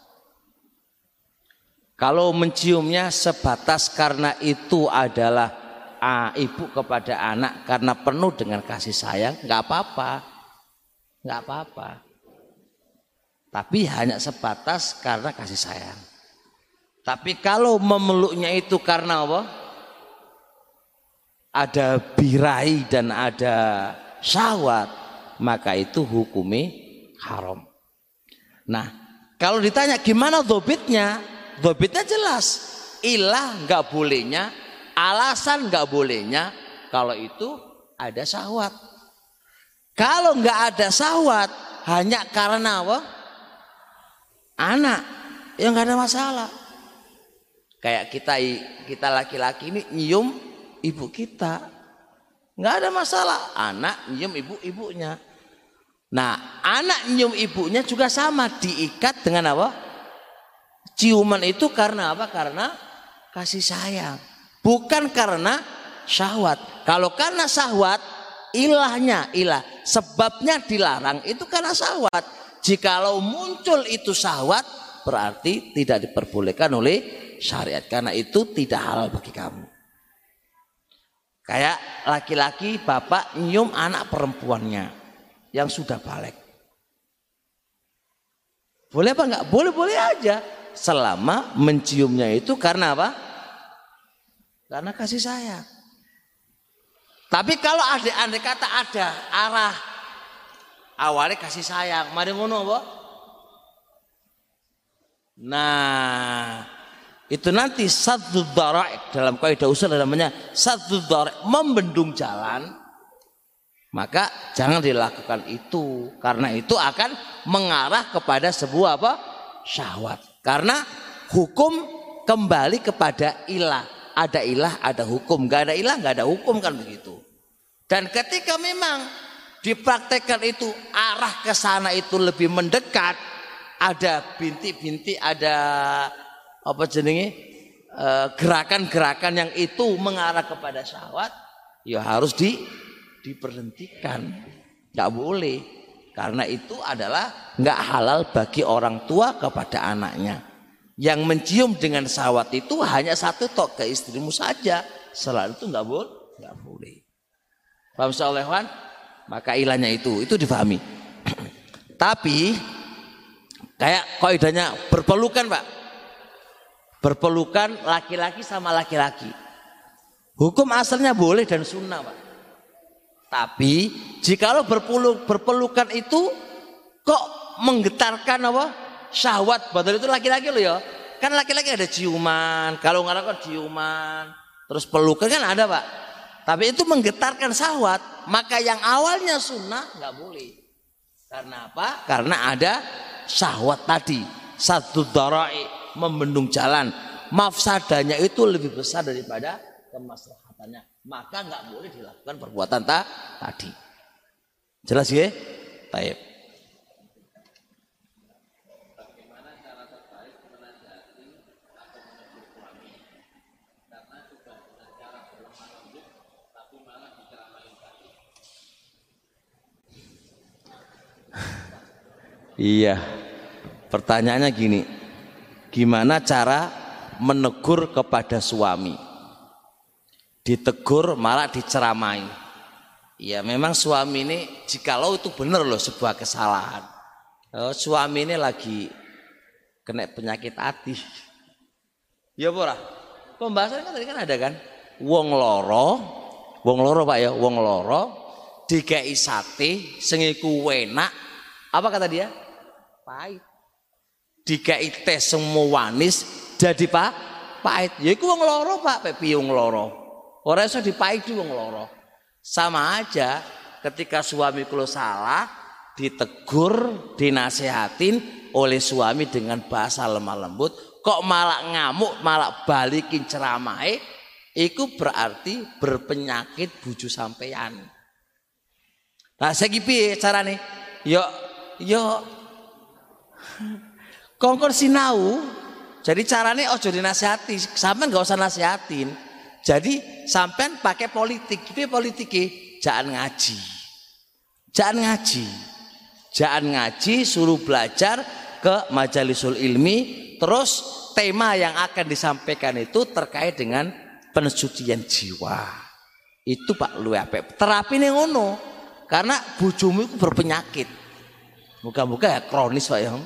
Kalau menciumnya sebatas karena itu adalah ibu kepada anak karena penuh dengan kasih sayang, nggak apa-apa. Nggak apa-apa. Tapi hanya sebatas karena kasih sayang. Tapi kalau memeluknya itu karena apa? Ada birahi dan ada syahwat, maka itu hukumnya haram. Nah, kalau ditanya gimana dhobitnya? Dhobitnya jelas. Ilah nggak bolehnya, alasan nggak bolehnya kalau itu ada syahwat. Kalau nggak ada syahwat, hanya karena apa? Anak, ya nggak ada masalah. Kayak kita laki-laki ini nyium ibu kita, nggak ada masalah. Anak nyium ibunya. Nah, anak nyium ibunya juga sama, diikat dengan apa? Ciuman itu karena apa? Karena kasih sayang, bukan karena syahwat. Kalau karena syahwat, sebabnya dilarang itu karena syahwat. Jikalau muncul itu syahwat, berarti tidak diperbolehkan oleh syariat, karena itu tidak halal bagi kamu. Kayak laki-laki bapak nyium anak perempuannya yang sudah balik, boleh apa enggak? Boleh aja, selama menciumnya itu karena apa? Karena kasih sayang. Tapi kalau andai kata ada arah awalnya kasih sayang, mari ngono apa? Nah, itu nanti saddud dhara'i, dalam kaidah usul namanya saddud dhara'i, membendung jalan. Maka jangan dilakukan itu, karena itu akan mengarah kepada sebuah apa? Syahwat. Karena hukum kembali kepada ilah. Ada ilah, ada hukum. Gak ada ilah, gak ada hukum, kan begitu. Dan ketika memang dipraktekkan itu arah ke sana itu lebih mendekat, ada bintik-bintik, ada apa jenenge, gerakan-gerakan yang itu mengarah kepada syahwat, ya harus diberhentikan, nggak boleh, karena itu adalah nggak halal bagi orang tua kepada anaknya. Yang mencium dengan syahwat itu hanya satu tok, ke istrimu saja, selain itu nggak boleh. Paham soalnya? Maka ilahnya itu difahami. Tapi kayak kaidahnya berpelukan, Pak, berpelukan laki-laki sama laki-laki, hukum asalnya boleh dan sunnah, Pak. Tapi jikalau berpelukan itu kok menggetarkan apa? Syahwat, padahal itu laki-laki loh ya. Kan laki-laki ada ciuman, kalau nggak ada ciuman, terus pelukan kan ada, Pak. Tapi itu menggetarkan syahwat, maka yang awalnya sunnah nggak boleh. Karena apa? Karena ada syahwat tadi, saddud dhara'i, membendung jalan. Mafsadanya itu lebih besar daripada kemaslahatannya, maka nggak boleh dilakukan perbuatan tadi. Jelas ya? Taib. Bagaimana cara terbaik menasihati atau menegur suami karena sudah dengan cara berlemah lembut tapi malah diceramain tadi? Iya, pertanyaannya gini, gimana cara menegur kepada suami? Ditegur malah diceramai. Ya memang suami ini, jikalau itu benar loh sebuah kesalahan, suami ini lagi kena penyakit hati, ya pura pembahasan kan tadi kan ada kan, wong loro Pak ya, wong loro dikei sate sing iku enak, apa kata dia? Pahit. Dikei teh semua manis jadi pahit. Ya iku wong loro, Pak, piye wong loro? Ora iso dipaidi wong loro. Sama aja ketika suami kulo salah, ditegur, dinasehatin oleh suami dengan bahasa lemah lembut, kok malah ngamuk, malah balikin ceramahe, itu berarti berpenyakit buju sampeyan. Nah, saiki piye carane? Yo kongkon sinau. Jadi carane ojo dinasehati, sampean gak usah nasihatin. Jadi sampean pakai politik, itu politiknya jangan ngaji, suruh belajar ke majalisul ilmi. Terus tema yang akan disampaikan itu terkait dengan pensucian jiwa. Itu Pak lu apik. Terapi ning ngono. Karena bojomu itu berpenyakit. Muka-muka ya kronis Pak ya.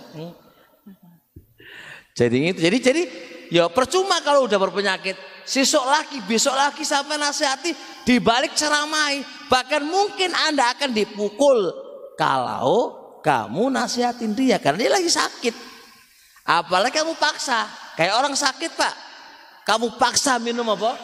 Jadi ya percuma kalau udah berpenyakit. Besok lagi sampai nasihati, dibalik ceramai, bahkan mungkin Anda akan dipukul kalau kamu nasihatin dia karena dia lagi sakit. Apalagi kamu paksa, kayak orang sakit, Pak, kamu paksa minum apa?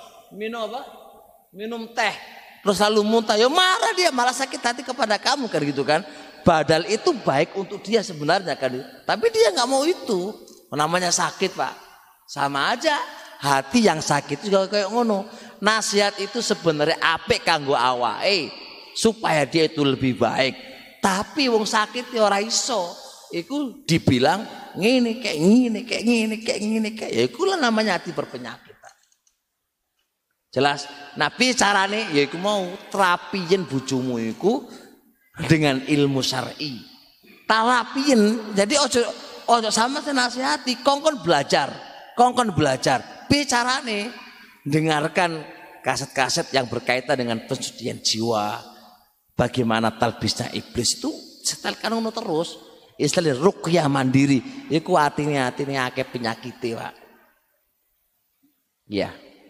Minum teh, terus lalu muntah, ya marah dia, malah sakit hati kepada kamu kan gitu kan. Padahal itu baik untuk dia sebenarnya kan, tapi dia nggak mau itu, namanya sakit, Pak. Sama aja, hati yang sakit itu juga kayak ngono. Nasihat itu sebenarnya apik kanggo awake supaya dia itu lebih baik. Tapi wong sakit ya ora iso. Iku dibilang ngene kayak ngene kayak ngene kayak ngene kayak ya iku lah namanya hati berpenyakit. Jelas. Nabi carane ya iku mau terapiin bojomu iku dengan ilmu syar'i. Terapiin. Jadi ojo sama nasihati, kongkon belajar. Bicarane dengarkan kaset-kaset yang berkaitan dengan pensucian jiwa. Bagaimana talbisnya iblis itu setelkan ngono terus. Istilah ruqyah mandiri. Iku atine akeh penyakit, Pak. Ya.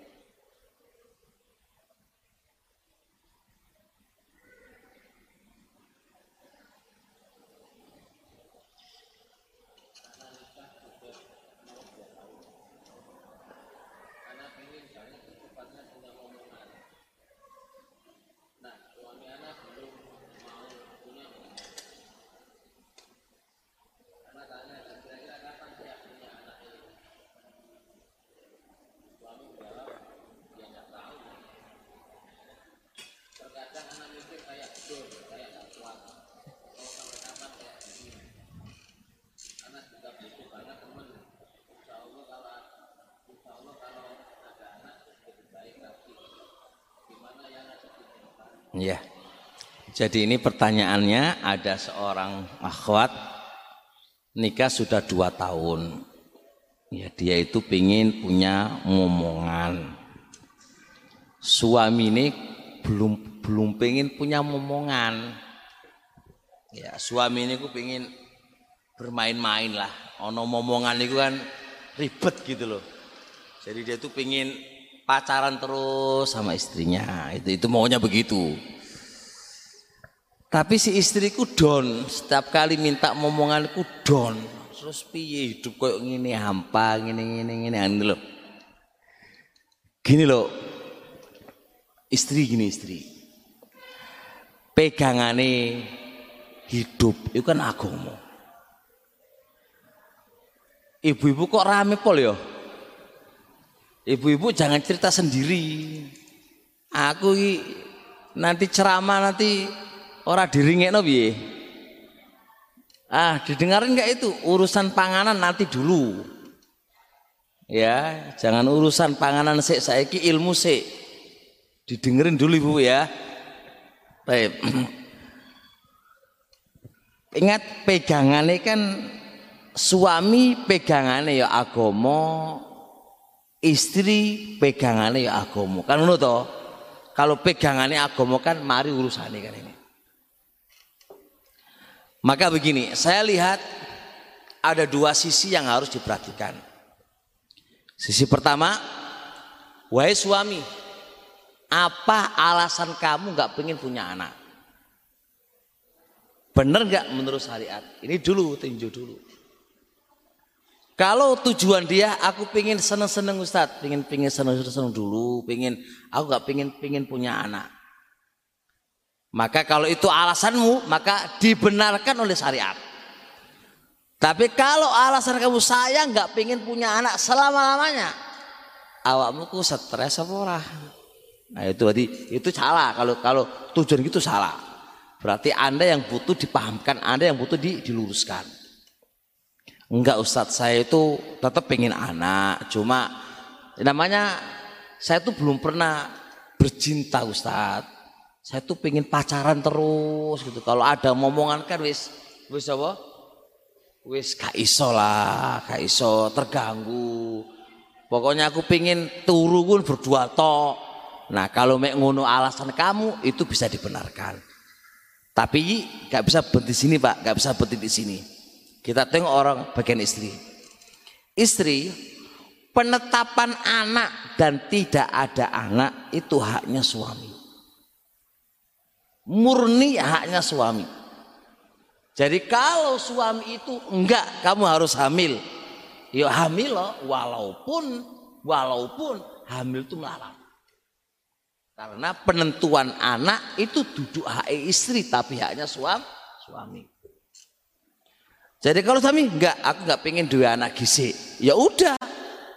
Ya. Jadi ini pertanyaannya, ada seorang akhwat nikah sudah 2 tahun. Ya, dia itu pingin punya momongan. Suami ini belum pingin punya momongan. Ya, suami ini ku pingin bermain-main lah. Ono momongan itu kan ribet gitu loh. Jadi dia tuh pingin pacaran terus sama istrinya. Itu maunya begitu. Tapi si istriku down, setiap kali minta momonganku down. Terus piye hidup koyo ngene hampa, ngene loh. Gini loh. Istri. Pegangane hidup itu kan agama. Ibu-ibu kok rame pol ya? Ibu-ibu jangan cerita sendiri. Aku nanti ceramah nanti ora diringekno piye? Didengarin enggak itu? Urusan panganan nanti dulu. Ya, jangan urusan panganan sik, saiki ilmu sik. Didengerin dulu Ibu ya. Baik. Ingat pegangannya kan suami pegangannya ya agama, istri pegangannya ya agama. Kan ngono to? Kalau pegangannya agama kan mari urusannya kan ini. Maka begini, saya lihat ada 2 sisi yang harus diperhatikan. Sisi pertama, wahai suami, apa alasan kamu nggak pengen punya anak? Bener nggak menurut syariat? Ini dulu, tinjau dulu. Kalau tujuan dia, aku pengen seneng-seneng Ustadz, pengen seneng-seneng dulu, aku nggak pengen punya anak. Maka kalau itu alasanmu, maka dibenarkan oleh syariat. Tapi kalau alasan kamu saya nggak pengen punya anak selama-lamanya, awakmu ku stres apa ora? Nah itu berarti itu salah. Kalau tujuan gitu salah. Berarti Anda yang butuh dipahamkan, Anda yang butuh diluruskan. Enggak Ustadz, saya itu tetap pengen anak, cuma namanya saya tuh belum pernah bercinta Ustadz. Saya tuh pengen pacaran terus gitu. Kalau ada momongan kan wis apa? Wis gak iso lah, gak iso, terganggu. Pokoknya aku pengen turu pun berdua tok. Nah kalau mek ngono alasan kamu itu bisa dibenarkan. Tapi gak bisa berhenti di sini Pak, gak bisa berhenti di sini. Kita tengok orang bagian istri. Istri penetapan anak dan tidak ada anak itu haknya suami. Murni haknya suami. Jadi kalau suami itu enggak, kamu harus hamil. Ya hamil loh, walaupun hamil itu melarang. Karena penentuan anak itu duduk hak istri tapi haknya suami. Jadi kalau suami enggak, aku enggak pengen 2 anak gisik. Ya udah.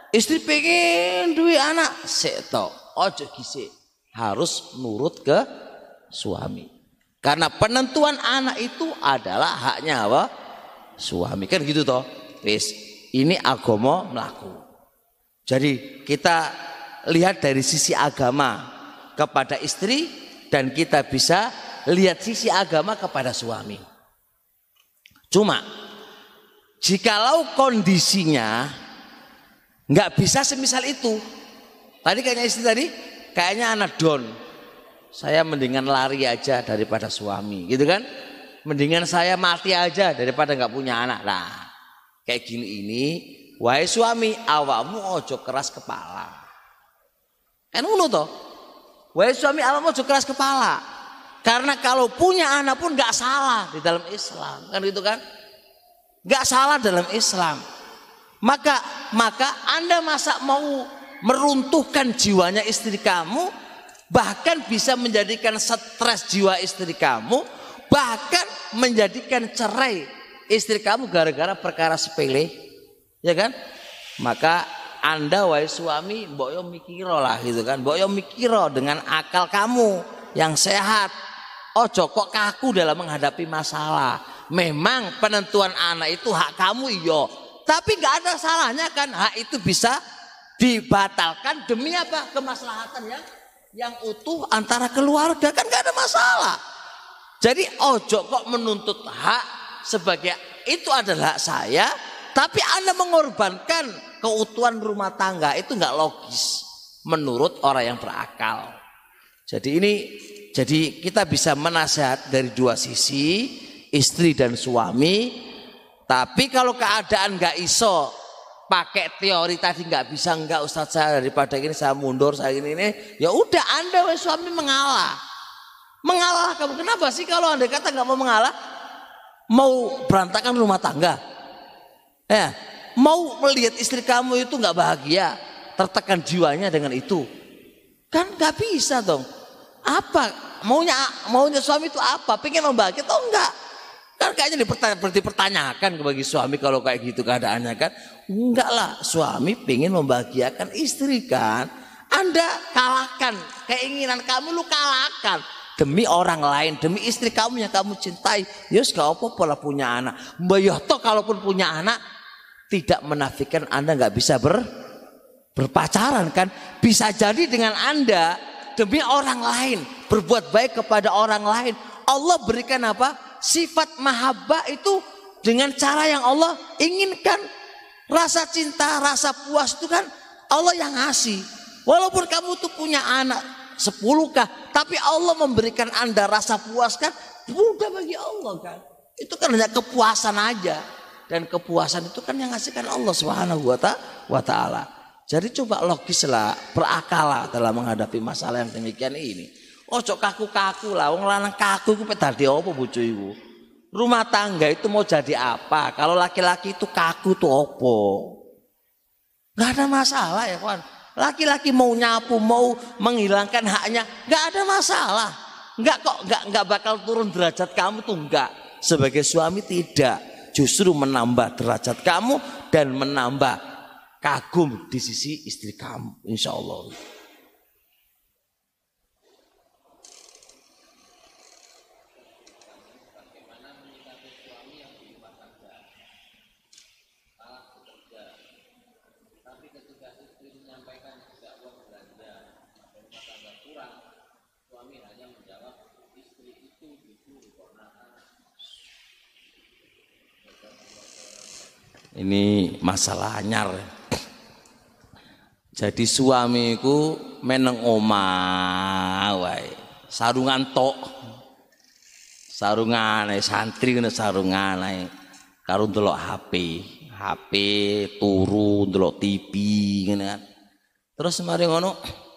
Istri pengen duwe anak, sik tok, ojo gisik. Harus nurut ke suami. Karena penentuan anak itu adalah haknya apa? Suami. Kan gitu toh. Wis, ini agama mlaku. Jadi kita lihat dari sisi agama kepada istri dan kita bisa lihat sisi agama kepada suami. Cuma jikalau kondisinya nggak bisa semisal itu, tadi kayaknya istri tadi kayaknya anak don, saya mendingan lari aja daripada suami, gitu kan? Mendingan saya mati aja daripada nggak punya anak. Nah, kayak gini ini, wahai suami, awakmu ojo keras kepala. Kan ngono toh? Wahai suami, awakmu ojo keras kepala. Karena kalau punya anak pun nggak salah di dalam Islam, kan gitu kan? Nggak salah dalam Islam. Maka Anda masa mau meruntuhkan jiwanya istri kamu, bahkan bisa menjadikan stres jiwa istri kamu, bahkan menjadikan cerai istri kamu gara-gara perkara sepele, ya kan? Maka Anda wahai suami, mbok yo mikiro lah gitu kan, mbok yo mikiro dengan akal kamu yang sehat. Ojo kok kaku dalam menghadapi masalah. Memang penentuan anak itu hak kamu iyo. Tapi nggak ada salahnya kan, hak itu bisa dibatalkan demi apa? Kemaslahatan yang utuh antara keluarga, kan nggak ada masalah. Jadi ojo kok menuntut hak sebagai itu adalah hak saya, tapi Anda mengorbankan keutuhan rumah tangga, itu nggak logis menurut orang yang berakal. Jadi kita bisa menasihat dari dua sisi, istri dan suami. Tapi kalau keadaan nggak iso pakai teori tadi nggak bisa, nggak Ustadz saya daripada ini saya mundur saya ini ya udah Anda suami mengalah kamu. Kenapa sih kalau Anda kata nggak mau mengalah, mau berantakan rumah tangga, ya mau melihat istri kamu itu nggak bahagia, tertekan jiwanya dengan itu, kan nggak bisa dong. Apa maunya suami itu apa? Pengen membahagia atau enggak? Kan kayaknya dipertanyakan bagi suami kalau kayak gitu keadaannya kan. Enggak lah, suami pengen membahagiakan istri kan. Anda kalahkan keinginan kamu, lu kalahkan demi orang lain, demi istri kamu yang kamu cintai. Yus gak apa-apa lah punya anak. Mbak Yoto kalaupun punya anak tidak menafikan Anda nggak bisa berpacaran kan. Bisa jadi dengan Anda demi orang lain, berbuat baik kepada orang lain, Allah berikan apa? Sifat mahabbah itu dengan cara yang Allah inginkan. Rasa cinta, rasa puas itu kan Allah yang ngasih. Walaupun kamu tuh punya anak 10 kah, tapi Allah memberikan Anda rasa puas kan, mudah bagi Allah kan. Itu kan hanya kepuasan aja. Dan kepuasan itu kan yang ngasihkan Allah Subhanahu wa ta'ala. Jadi coba logislah, berakal dalam menghadapi masalah yang demikian ini. Ojo kaku-kaku lah, wong lanang kaku iku dadi apa bojo iku? Rumah tangga itu mau jadi apa? Kalau laki-laki itu kaku tuh apa? Gak ada masalah ya kawan. Laki-laki mau nyapu, mau menghilangkan haknya, gak ada masalah. Gak bakal turun derajat kamu tuh enggak. Sebagai suami tidak, justru menambah derajat kamu dan menambah kagum di sisi istri kamu, insya Allah. Ini masalah anyar. Jadi suamiku meneng omah wae. Sarungan tok. Sarungane santri kena sarungan ae. Karo ndelok HP turu ndelok TV ngene kan. Terus mari ngono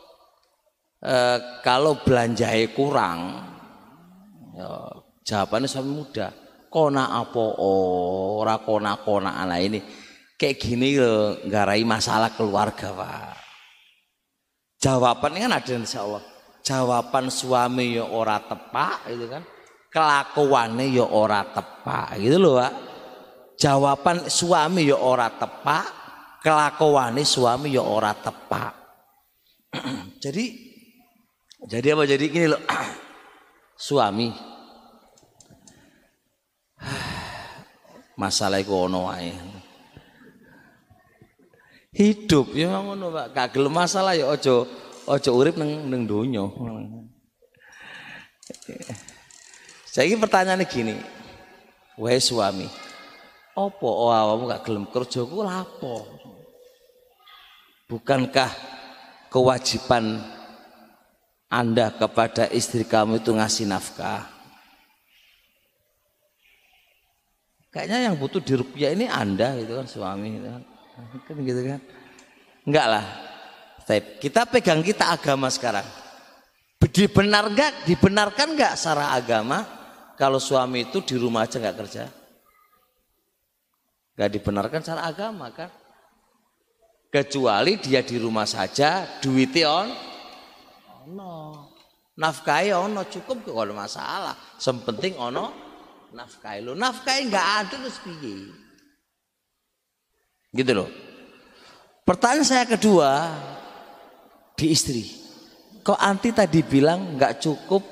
kalau belanjae kurang ya jawabannya suami muda. Kona apa ora kona anak ini kayak gini loh, nggarai masalah keluarga Pak. Jawabannya kan ada insya Allah. Jawaban suami ya ora tepak gitu kan, kelakuannya ya ora tepak gitu loh Pak. Jawaban suami ya ora tepak, kelakuane suami ya ora tepak. Jadi apa jadi gini loh. Suami masalah iku ono wae. Hidup ya ngono Pak, gak gelem masalah ya aja urip ning donya. Saiki pertanyaane gini. Wahai suami, apa awakmu gak gelem kerja ku lapo? Bukankah kewajiban Anda kepada istri kamu itu ngasih nafkah? Kayaknya yang butuh dirupiah ini Anda gitu kan, suami gitu kan gitu kan. Enggak lah. Kita pegang kita agama sekarang. Dibenarkan enggak secara agama kalau suami itu di rumah aja enggak kerja? Enggak dibenarkan secara agama kan? Kecuali dia di rumah saja, duitnya ono, nafkahi ono, cukup kok ada masalah. Sempenting ono nafkahi lo, nafkahi nggak ada terus piye? Gitu loh. Pertanyaan saya kedua di istri, kok anti tadi bilang nggak cukup?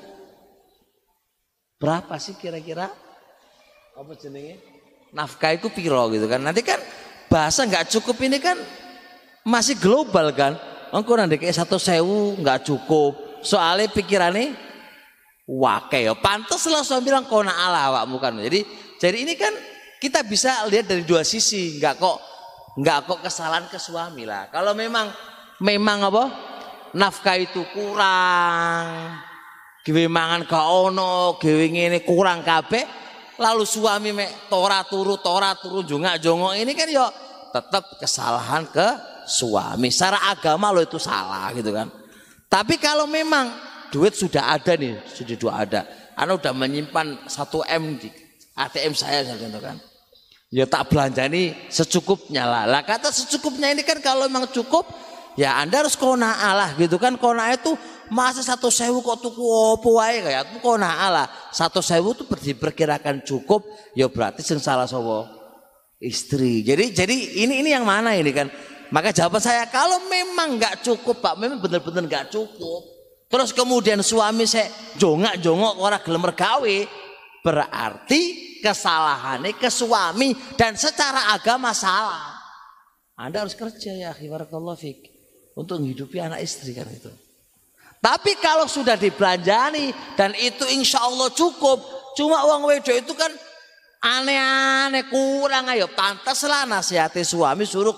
Berapa sih kira-kira? Apa jenenge? Nafkahi itu piro gitu kan? Nanti kan bahasa nggak cukup ini kan masih global kan? Engko nang dek 100.000 nggak cukup. Soalnya pikirannya wake ya. Pantes lah suami bilang kona ala awakmu kan. Jadi ini kan kita bisa lihat dari dua sisi. Nggak kok kesalahan ke suami lah. Kalau memang apa? Nafkah itu kurang. Gawe mangan gak ono, gawe ngene kurang kabeh. Lalu suami mek tora turu jongak-jongok ini kan ya tetap kesalahan ke suami. Secara agama lo itu salah gitu kan. Tapi kalau memang duit sudah ada nih, sudah ada. Anda udah menyimpan 1 M di ATM saya gitu kan. Ya tak belanjani secukupnya lah. Lah kata secukupnya ini kan kalau memang cukup ya Anda harus qanaah lah gitu kan. Qanaah itu masa 100.000 kok tuku opo wae kayak qanaah lah. 100.000 itu diperkirakan cukup ya berarti sing salah sapa? Istri. Jadi ini yang mana ini kan? Maka jawaban saya kalau memang nggak cukup Pak, memang benar-benar nggak cukup. Terus kemudian suami saya jongak-jongok orang gelem regawe, berarti kesalahannya ke suami dan secara agama salah. Anda harus kerja ya, barakallahu fik, untuk menghidupi anak istri kan itu. Tapi kalau sudah dibelanjani dan itu insya Allah cukup, cuma uang wedok itu kan aneh-aneh kurang ayo pantaslah nasihati suami suruh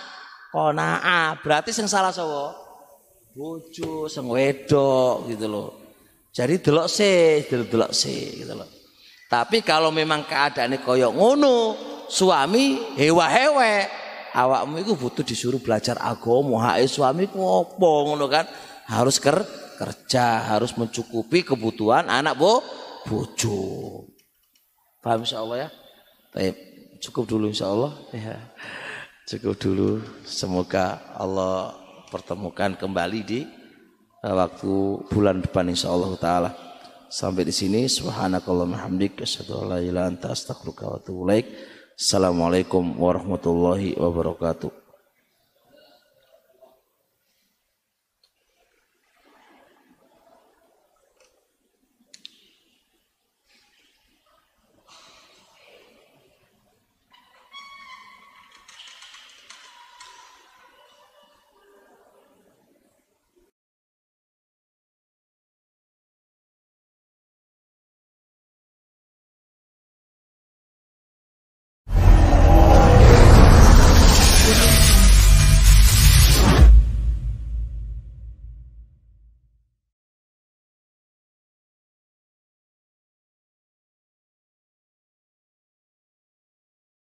qanaah berarti sing salah sapa bojo sing wedok gitu loh. Jadi delok sih gitu loh. Tapi kalau memang keadaannya koyo ngono suami hewa-hewe awakmu itu butuh disuruh belajar agama. Hak suami ku opo ngono kan harus kerja harus mencukupi kebutuhan anak bojo. Paham insyaallah ya? Baik, cukup dulu insyaallah ya. Cukup dulu. Semoga Allah pertemukan kembali di waktu bulan depan insyaallah taala. Sampai di sini subhanakallahumma hamdika asyhadu an la ilaha illa anta astaghfiruka wa atubu ilaik. Assalamualaikum warahmatullahi wabarakatuh.